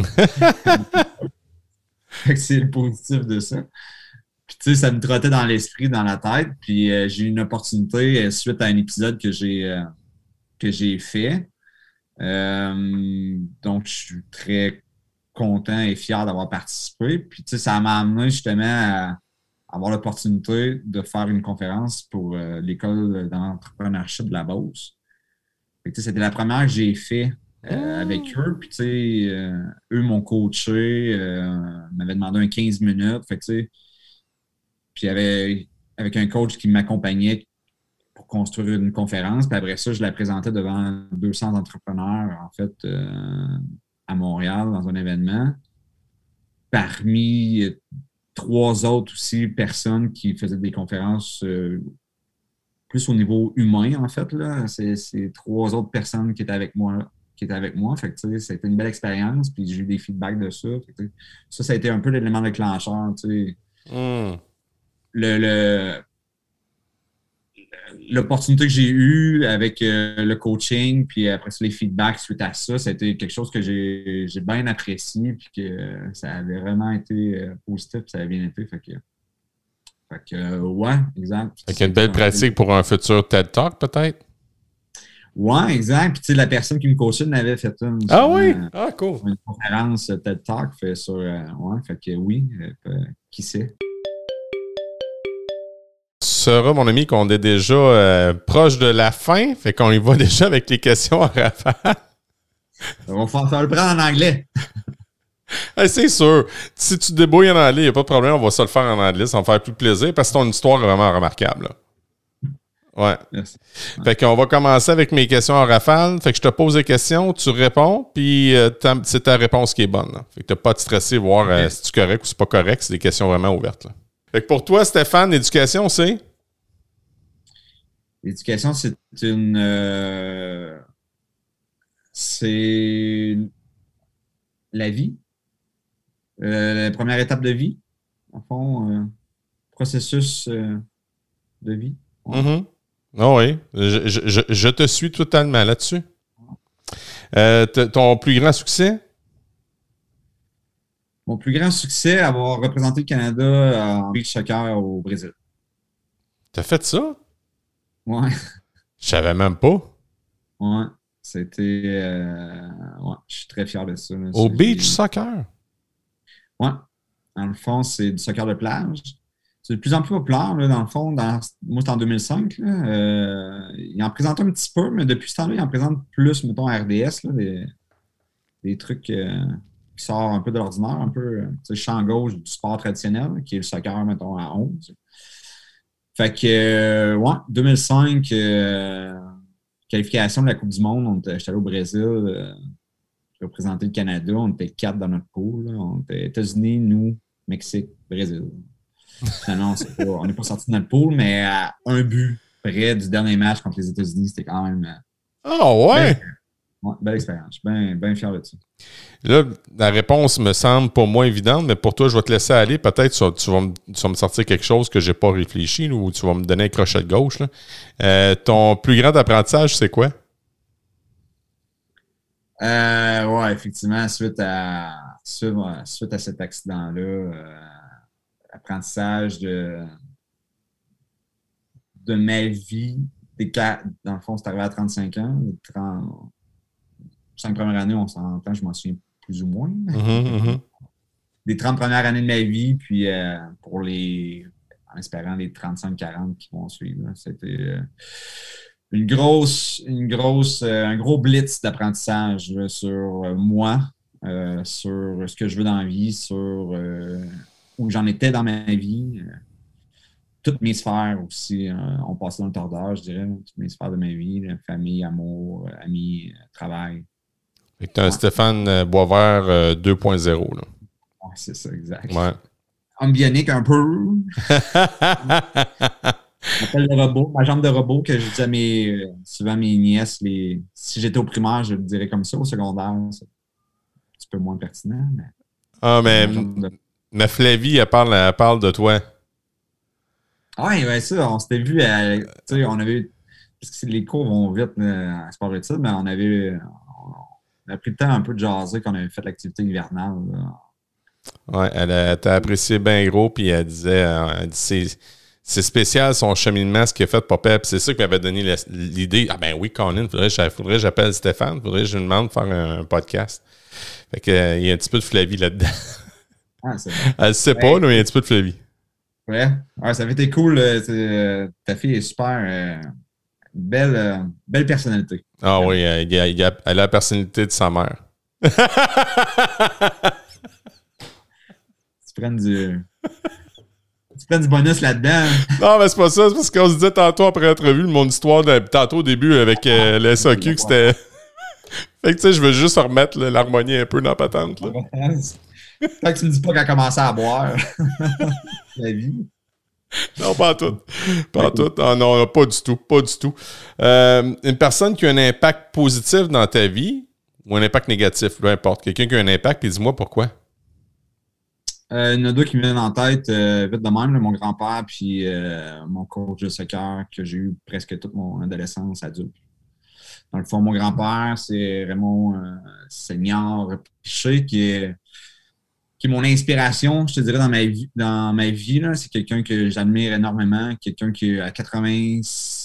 Speaker 2: Fait que c'est le positif de ça. Puis, tu sais, ça me trottait dans l'esprit, dans la tête. Puis, euh, j'ai eu une opportunité euh, suite à un épisode que j'ai, euh, que j'ai fait. Euh, donc, je suis très content et fier d'avoir participé. Puis, tu sais, ça m'a amené justement à avoir l'opportunité de faire une conférence pour euh, l'école d'entrepreneurship de la Beauce. Fait que, c'était la première que j'ai fait euh, avec eux. Puis, tu sais, euh, eux m'ont coaché, euh, m'avaient demandé un quinze minutes. Fait que, tu sais, puis, il y avait avec un coach qui m'accompagnait pour construire une conférence. Puis après ça, je la présentais devant deux cents entrepreneurs, en fait, euh, à Montréal, dans un événement. Parmi trois autres aussi personnes qui faisaient des conférences euh, plus au niveau humain, en fait, là. C'est, c'est trois autres personnes qui étaient avec moi. qui étaient avec moi. Fait que, tu sais, c'était une belle expérience. Puis j'ai eu des feedbacks de ça. Fait que, ça, ça a été un peu l'élément déclencheur. Tu sais.
Speaker 1: Mm.
Speaker 2: Le, le, l'opportunité que j'ai eue avec euh, le coaching, puis après ça, les feedbacks suite à ça, c'était quelque chose que j'ai, j'ai bien apprécié, puis que euh, ça avait vraiment été euh, positif, puis ça avait bien été. Fait que, fait que euh, ouais, exact.
Speaker 1: Fait qu'il y a une belle pratique pour un futur TED Talk, peut-être?
Speaker 2: Ouais, exact. Puis, tu sais, la personne qui me coachait n'avait fait une.
Speaker 1: Ah oui? Ah, cool.
Speaker 2: Une conférence TED Talk fait sur. Euh, ouais, fait que oui, euh, qui sait?
Speaker 1: Tu sauras, mon ami, qu'on est déjà euh, proche de la fin. Fait qu'on y va déjà avec les questions à rafale.
Speaker 2: On va faire le prendre en anglais.
Speaker 1: Hey, c'est sûr. Si tu te débrouilles en anglais, il n'y a pas de problème. On va se le faire en anglais. Ça va me faire plus plaisir parce que ton histoire est vraiment remarquable. Là. Ouais. Yes. Fait qu'on va commencer avec mes questions en rafale. Fait que je te pose des questions, tu réponds, puis euh, c'est ta réponse qui est bonne. Là. Fait que t'as pas à te stresser, voir euh, si tu es correct ou si c'est pas correct. C'est des questions vraiment ouvertes. Là. Fait que pour toi, Stéphane, l'éducation, c'est?
Speaker 2: L'éducation, c'est une... Euh, c'est la vie. Euh, la première étape de vie. En fond, euh, processus euh, de vie.
Speaker 1: Ouais. Mm-hmm. Oh oui, je, je, je te suis totalement là-dessus. Euh, ton plus grand succès?
Speaker 2: Mon plus grand succès, avoir représenté le Canada en beach soccer au Brésil.
Speaker 1: T'as fait ça?
Speaker 2: Ouais.
Speaker 1: Je savais même pas.
Speaker 2: Ouais. C'était... Euh, ouais, je suis très fier de ça. Là.
Speaker 1: Au
Speaker 2: c'est,
Speaker 1: beach soccer?
Speaker 2: Ouais. Dans le fond, c'est du soccer de plage. C'est de plus en plus populaire, là, dans le fond. Dans, moi, c'était en deux mille cinq. Là, euh, il en présente un petit peu, mais depuis ce temps-là, il en présente plus, mettons, à R D S, là, des, des trucs euh, qui sortent un peu de l'ordinaire, un peu, tu sais, champ gauche du sport traditionnel, qui est le soccer, mettons, à onze. Fait que, euh, ouais, deux mille cinq, euh, qualification de la Coupe du Monde, on était, j'étais allé au Brésil, euh, j'ai représenté le Canada, on était quatre dans notre pool, là, on était États-Unis, nous, Mexique, Brésil. Finalement, on n'est pas, pas sorti de notre pool, mais à un but près du dernier match contre les États-Unis, c'était quand même.
Speaker 1: Ah oh, ouais!
Speaker 2: Belle, ouais, belle expérience. Je suis bien, bien fier de ça.
Speaker 1: Là, la réponse me semble pour moi évidente, mais pour toi, je vais te laisser aller. Peut-être que tu vas me, tu vas me sortir quelque chose que je n'ai pas réfléchi ou tu vas me donner un crochet de gauche. Là. Euh, ton plus grand apprentissage, c'est quoi?
Speaker 2: Euh, ouais, effectivement, suite à, suite, suite à cet accident-là, euh, apprentissage de, de ma vie. Des quatre, dans le fond, c'est arrivé à trente-cinq ans. Les trente, cinq premières années, on s'entend, je m'en souviens plus ou moins.
Speaker 1: Mm-hmm, mm-hmm.
Speaker 2: Des trente premières années de ma vie, puis euh, pour les, en espérant les trente-cinq quarante qui vont suivre. Là, c'était euh, une grosse, une grosse, euh, un gros blitz d'apprentissage là, sur euh, moi, euh, sur ce que je veux dans la vie, sur euh, où j'en étais dans ma vie. Euh, toutes mes sphères aussi euh, ont passé dans le tordeur, je dirais. Toutes mes sphères de ma vie, là, famille, amour, amis, travail.
Speaker 1: Fait que t'as un ouais. Stéphane Boisvert euh, deux point zéro. Là.
Speaker 2: Ouais, c'est ça, exact.
Speaker 1: Ouais.
Speaker 2: Homme bionique un peu. J'appelle le robot, ma jambe de robot, que je dis à mes, souvent à mes nièces, les, si j'étais au primaire, je le dirais comme ça. Au secondaire, c'est un petit peu moins pertinent. Mais,
Speaker 1: ah, mais, de... mais Flavie, elle parle, elle parle de toi.
Speaker 2: Oui, ouais, ça, on s'était vu, à, tu sais, on avait, parce que les cours vont vite à sport études, mais on avait, on a pris le temps un peu de jaser quand on avait fait l'activité hivernale.
Speaker 1: Oui, elle, elle t'a apprécié bien gros, puis elle disait, elle dit, c'est, c'est spécial son cheminement, ce qu'il a fait Papa, puis c'est ça qui m'avait donné l'idée. Ah ben oui, Colin, faudrait, faudrait que j'appelle Stéphane, faudrait que je lui demande de faire un, un podcast. Fait que, euh, il y a un petit peu de Flavie là-dedans. Ah, c'est bon. Elle ne sait pas, ouais. Là, mais il y a un petit peu de Flavie.
Speaker 2: Ouais, ouais, ça avait été cool. Euh, ta fille est super. Euh, belle, euh, belle personnalité.
Speaker 1: Ah ouais. Oui, euh, il y a, il y a, elle a la personnalité de sa mère.
Speaker 2: Tu prends du. Tu prends du bonus là-dedans.
Speaker 1: Non, mais c'est pas ça. C'est parce qu'on se disait tantôt après l'entrevue, mon histoire, de, tantôt au début avec euh, le S A Q, que c'était. Fait que tu sais, je veux juste remettre là, l'harmonie un peu dans la patente. Là.
Speaker 2: Tant que tu me dis pas qu'elle a commencé à boire. La vie.
Speaker 1: Non, pas en tout. Pas en tout. Ah, non, pas du tout. Pas du tout. Euh, une personne qui a un impact positif dans ta vie ou un impact négatif, peu importe. Quelqu'un qui a un impact, puis dis-moi pourquoi.
Speaker 2: Euh, il y en a deux qui me viennent en tête euh, vite de même, là, mon grand-père puis euh, mon coach de soccer que j'ai eu presque toute mon adolescence adulte. Dans le fond, mon grand-père, c'est Raymond euh, Seigneur Piché qui est qui est mon inspiration, je te dirais, dans ma vie. Dans ma vie là. C'est quelqu'un que j'admire énormément, quelqu'un qui a quatre-vingts,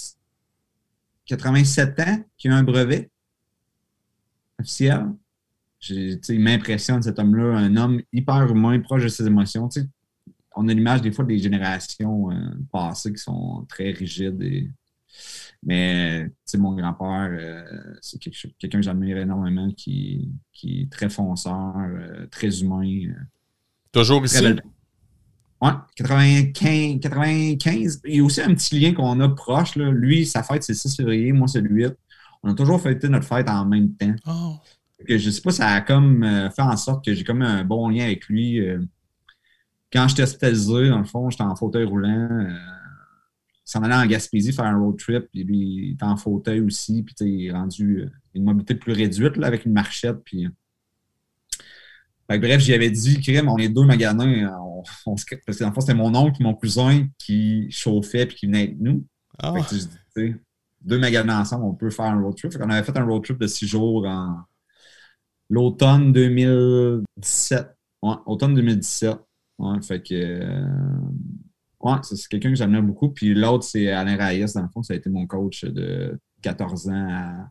Speaker 2: quatre-vingt-sept ans, qui a un brevet officiel. J'ai, il m'impressionne, cet homme-là, un homme hyper humain, proche de ses émotions. T'sais, on a l'image des fois des générations euh, passées qui sont très rigides. Et... Mais mon grand-père, euh, c'est quelque chose, quelqu'un que j'admire énormément, qui, qui est très fonceur, euh, très humain. Euh,
Speaker 1: Toujours ici?
Speaker 2: Oui, quatre-vingt-quinze, quatre-vingt-quinze. Il y a aussi un petit lien qu'on a proche. Là. Lui, sa fête, c'est le six février, moi, c'est le huit. On a toujours fêté notre fête en même temps. Oh. Que je sais pas, ça a comme euh, fait en sorte que j'ai comme un bon lien avec lui. Euh, quand j'étais hospitalisé, dans le fond, j'étais en fauteuil roulant. Euh, il s'en allait en Gaspésie faire un road trip, puis lui, il était en fauteuil aussi, puis il est rendu euh, une mobilité plus réduite là, avec une marchette. Puis... Fait que, bref, j'y avais dit, crème, on est deux maganins. On, on, parce que dans le fond, c'était mon oncle et mon cousin qui chauffaient puis qui venaient avec nous. Oh. Fait que je dis, tu sais, deux maganins ensemble, on peut faire un road trip. Fait qu'on avait fait un road trip de six jours en l'automne deux mille dix-sept. Ouais, automne deux mille dix-sept. Ouais, fait que. Euh, ouais, c'est quelqu'un que j'aimais beaucoup. Puis l'autre, c'est Alain Raïs. Dans le fond, ça a été mon coach de quatorze ans à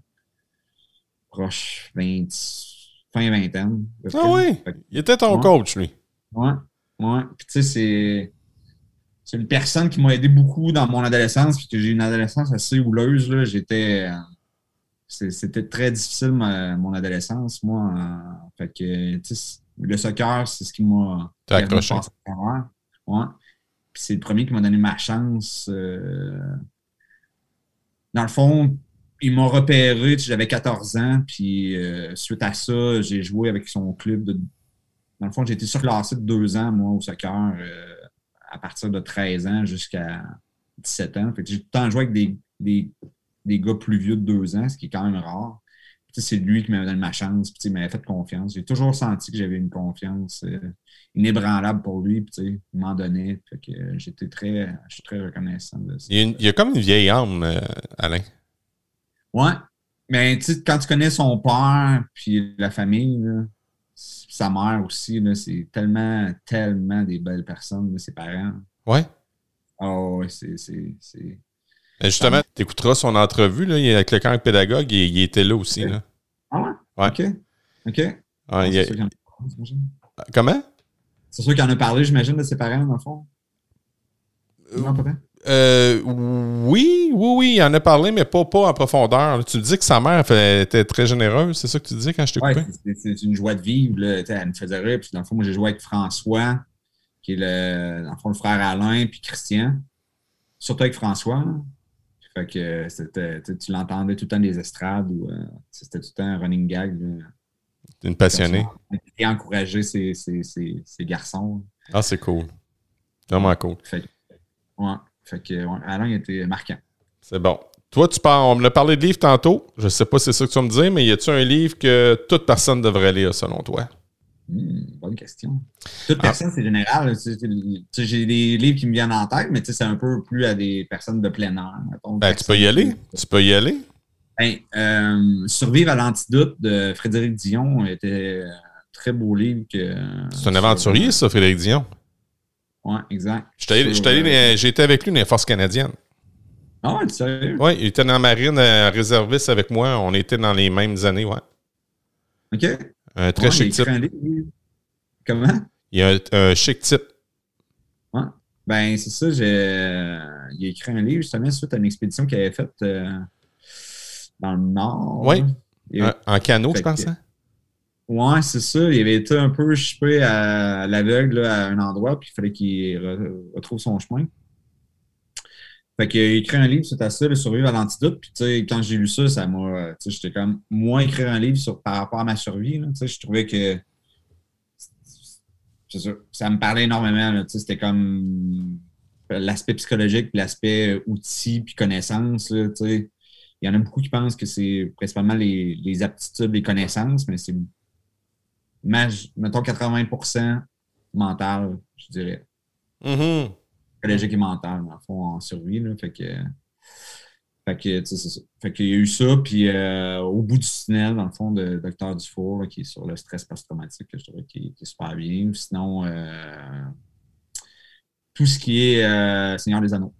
Speaker 2: proche vingt, fin vingtaine.
Speaker 1: Ah oui? Que, il était ton ouais. coach, lui.
Speaker 2: Ouais, ouais. Puis tu sais, c'est. C'est une personne qui m'a aidé beaucoup dans mon adolescence, puis que j'ai eu une adolescence assez houleuse. Là. J'étais. C'était très difficile, ma, mon adolescence, moi. Euh, fait que, tu sais, le soccer, c'est ce qui m'a...
Speaker 1: T'as accroché.
Speaker 2: Ouais. Puis c'est le premier qui m'a donné ma chance. Euh... Dans le fond, il m'a repéré, j'avais quatorze ans, puis euh, suite à ça, j'ai joué avec son club. De... Dans le fond, j'ai été surclassé de deux ans, moi, au soccer, euh, à partir de treize ans jusqu'à dix-sept ans. Fait que j'ai tout le temps joué avec des... des des gars plus vieux de deux ans, ce qui est quand même rare. Puis, c'est lui qui m'avait donné ma chance, puis il m'avait fait confiance. J'ai toujours senti que j'avais une confiance euh, inébranlable pour lui, puis il m'en donnait. Fait que, euh, j'étais très, je suis très reconnaissant de ça.
Speaker 1: Il y a, une, il y a comme une vieille âme, euh, Alain.
Speaker 2: Ouais, mais quand tu connais son père, puis la famille, là, sa mère aussi, là, c'est tellement, tellement des belles personnes, là, ses parents.
Speaker 1: Ouais.
Speaker 2: Oh, ouais, c'est... c'est, c'est...
Speaker 1: Justement, tu écouteras son entrevue là, avec le camp pédagogue, il, il était là aussi.
Speaker 2: Okay.
Speaker 1: Là.
Speaker 2: Ah ouais? Ouais. OK. OK.
Speaker 1: Ah,
Speaker 2: ah,
Speaker 1: il a...
Speaker 2: parlé,
Speaker 1: Comment?
Speaker 2: C'est sûr qu'il en a parlé, j'imagine, de ses parents, dans le fond.
Speaker 1: Euh, non, peut-être? Euh, oui, oui, oui, il en a parlé, mais pas, pas en profondeur. Tu dis que sa mère fait, était très généreuse, c'est ça que tu disais quand je t'ai coupé?
Speaker 2: Oui, c'est une joie de vivre. Là. Elle me faisait rire. Puis dans le fond, moi, j'ai joué avec François, qui est le, dans le fond, le frère Alain, puis Christian. Surtout avec François. Là. Fait que c'était, tu l'entendais tout le temps des estrades ou euh, c'était tout le temps un running gag. Là.
Speaker 1: T'es une passionnée.
Speaker 2: Et encourager ces, ces, ces, ces garçons.
Speaker 1: Ah, c'est cool. Vraiment cool.
Speaker 2: Fait, ouais. Fait que ouais, Alain était marquant.
Speaker 1: C'est bon. Toi, tu parles, on me l'a parlé de livres tantôt. Je ne sais pas si c'est ça que tu vas me dire, mais y a-tu un livre que toute personne devrait lire, selon toi?
Speaker 2: Mmh, bonne question. Toute
Speaker 1: ah.
Speaker 2: personne, c'est général. Tu sais, j'ai des livres qui me viennent en tête, mais tu sais, c'est un peu plus à des personnes de plein air. Mettons,
Speaker 1: ben, tu peux y aller. Qui... Tu peux y aller.
Speaker 2: Ben, euh, Survivre à l'antidote de Frédéric Dion était un très beau livre. Que,
Speaker 1: c'est un aventurier, ça, Frédéric Dion.
Speaker 2: Oui, exact.
Speaker 1: J'ai été avec lui dans les Forces canadiennes.
Speaker 2: Ah ouais, sérieux?
Speaker 1: Oui, il était dans la marine euh, réserviste avec moi. On était dans les mêmes années, ouais.
Speaker 2: OK.
Speaker 1: Un très
Speaker 2: ouais,
Speaker 1: chic type.
Speaker 2: Un livre. Comment?
Speaker 1: Il y a un, un chic type.
Speaker 2: Ouais. Ben, c'est ça. J'ai, il a écrit un livre justement suite à une expédition qu'il avait faite euh, dans le Nord.
Speaker 1: Oui.
Speaker 2: Avait...
Speaker 1: En canot, je pense. Que... Hein?
Speaker 2: Ouais, c'est ça. Il avait été un peu chippé à l'aveugle là, à un endroit, puis il fallait qu'il re- retrouve son chemin. Fait qu'il a écrit un livre suite à ça, le Survivre à l'antidote. Puis, tu sais, quand j'ai lu ça, ça m'a. Tu sais, j'étais comme. Moi, écrire un livre sur, par rapport à ma survie, tu sais, je trouvais que. C'est ça. Ça me parlait énormément, là, tu sais, c'était comme. L'aspect psychologique, puis l'aspect outils, puis connaissances, là, tu sais. Il y en a beaucoup qui pensent que c'est principalement les, les aptitudes, les connaissances, mais c'est. Mettons quatre-vingts pour cent mental, je dirais.
Speaker 1: Mm-hmm.
Speaker 2: Psychologique et mental, dans le fond, en survie. Là, fait que, fait que tu sais, c'est ça. Fait qu'il y a eu ça, puis euh, au bout du tunnel, dans le fond, de Docteur Dufour, là, qui est sur le stress post-traumatique, que je trouve qui, qui est super bien. Sinon, euh, tout ce qui est euh, Seigneur des Anneaux.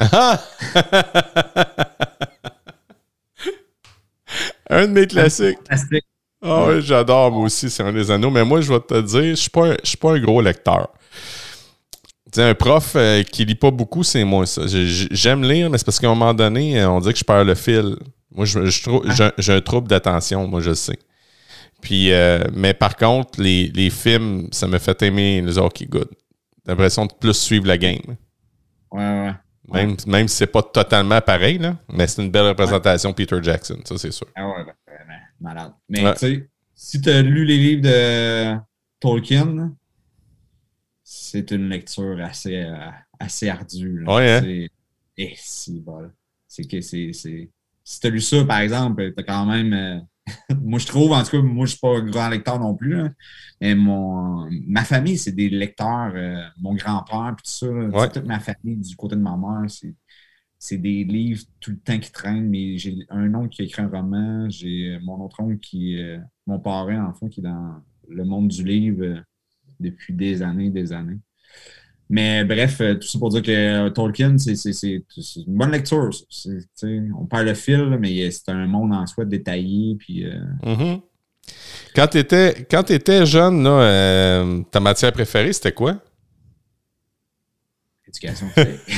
Speaker 1: Un de mes classiques.
Speaker 2: Fantastique.
Speaker 1: Ah oh, oui, j'adore moi aussi Seigneur des Anneaux, mais moi, je vais te dire, je ne suis pas un, je suis pas un gros lecteur. T'sais, un prof euh, qui lit pas beaucoup, c'est moi ça. J'aime lire, mais c'est parce qu'à un moment donné, on dirait que je perds le fil. Moi, je, je trouve, j'ai, j'ai un trouble d'attention, moi, je le sais. Puis, euh, mais par contre, les, les films, ça me fait aimer les hockey good. J'ai l'impression de plus suivre la game.
Speaker 2: Ouais, ouais.
Speaker 1: Même,
Speaker 2: ouais.
Speaker 1: même si c'est pas totalement pareil, là, mais c'est une belle représentation de ouais. Peter Jackson, ça, c'est sûr.
Speaker 2: Ah ouais, ben, ben, malade. Mais ouais. Tu sais, si tu as lu les livres de Tolkien, c'est une lecture assez, euh, assez ardue. Là.
Speaker 1: Ouais, hein?
Speaker 2: C'est... Eh, si, bol. C'est que c'est, c'est... Si tu as lu ça, par exemple, tu as quand même... Euh... moi, je trouve, en tout cas, moi, je suis pas un grand lecteur non plus. Là. Mais mon... ma famille, c'est des lecteurs. Euh, mon grand-père, puis tout ça. Ouais. Toute ma famille, du côté de ma mère, c'est... c'est des livres tout le temps qui traînent. Mais j'ai un oncle qui a écrit un roman. J'ai mon autre oncle qui... Euh... mon parrain, en fond, qui est dans le monde du livre... Euh... depuis des années, des années. Mais bref, tout ça pour dire que Tolkien, c'est, c'est, c'est, c'est une bonne lecture. C'est, on perd le fil, mais c'est un monde en soi détaillé. Puis, euh...
Speaker 1: mm-hmm. Quand tu étais, quand tu étais jeune, là, euh, ta matière préférée, c'était quoi?
Speaker 2: Éducation.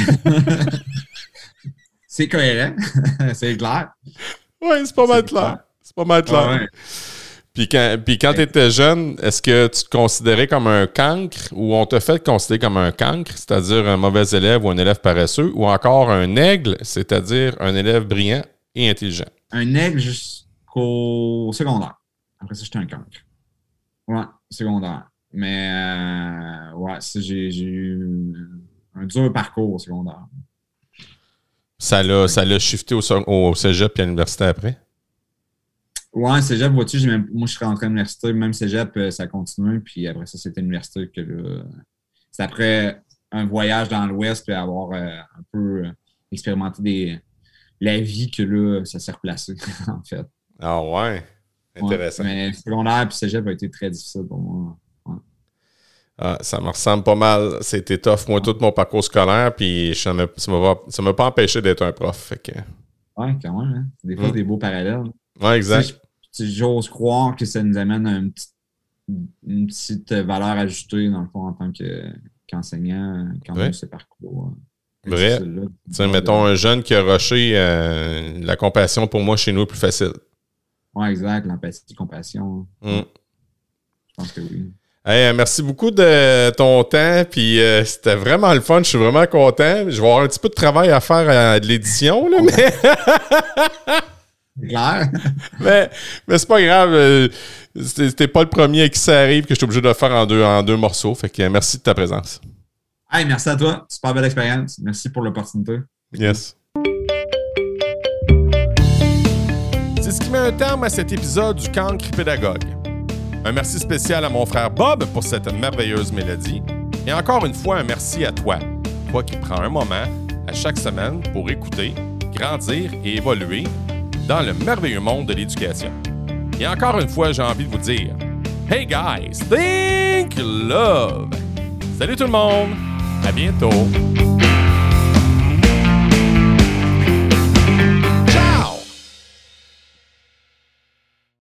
Speaker 2: C'est cohérent. C'est clair.
Speaker 1: Oui, c'est pas mal clair. C'est pas mal clair. Ah ouais. Puis quand, puis quand tu étais jeune, est-ce que tu te considérais comme un cancre ou on te fait considérer comme un cancre, c'est-à-dire un mauvais élève ou un élève paresseux, ou encore un aigle, c'est-à-dire un élève brillant et intelligent?
Speaker 2: Un aigle jusqu'au secondaire. Après ça, j'étais un cancre. Ouais, secondaire. Mais euh, ouais, ça, j'ai, j'ai eu un dur parcours au secondaire.
Speaker 1: Ça l'a, ça l'a shifté au, au cégep et à l'université après?
Speaker 2: Ouais, cégep, vois-tu, j'ai même, moi je suis rentré à l'université, même cégep, ça a continué, puis après ça, c'était l'université que là, c'est après un voyage dans l'Ouest, puis avoir euh, un peu euh, expérimenté des, la vie que là, ça s'est replacé, en fait.
Speaker 1: Ah ouais, intéressant.
Speaker 2: Ouais, mais secondaire puis cégep a été très difficile pour moi. Ouais.
Speaker 1: Ah, ça me ressemble pas mal. C'était tough, moi, tout mon parcours scolaire, puis ça ne m'a pas empêché d'être un prof. Fait que...
Speaker 2: Ouais, quand même, hein? Des fois, mm. des beaux parallèles.
Speaker 1: Ouais, exact.
Speaker 2: Tu sais, j'ose croire que ça nous amène à une petite, une petite valeur ajoutée, dans le fond, en tant que, qu'enseignant, quand même, ce parcours.
Speaker 1: Vrai. Tu sais, mettons, un jeune qui a rushé, euh, la compassion, pour moi, chez nous, est plus facile.
Speaker 2: Ouais, exact. L'empathie, compassion.
Speaker 1: Mm.
Speaker 2: Je pense que oui.
Speaker 1: Hey, merci beaucoup de ton temps, puis euh, c'était vraiment le fun, je suis vraiment content. Je vais avoir un petit peu de travail à faire à de l'édition, là, mais...
Speaker 2: Clair.
Speaker 1: mais, mais c'est pas grave. Euh, c'était pas le premier à qui ça arrive que je suis obligé de le faire en deux, en deux morceaux. Fait que merci de ta présence.
Speaker 2: Hey, merci à toi. Super belle expérience. Merci pour l'opportunité.
Speaker 1: Yes. C'est ce qui met un terme à cet épisode du Cancre Pédagogue. Un merci spécial à mon frère Bob pour cette merveilleuse mélodie. Et encore une fois, un merci à toi, toi qui prends un moment à chaque semaine pour écouter, grandir et évoluer dans le merveilleux monde de l'éducation. Et encore une fois, j'ai envie de vous dire, hey guys, think love! Salut tout le monde! À bientôt!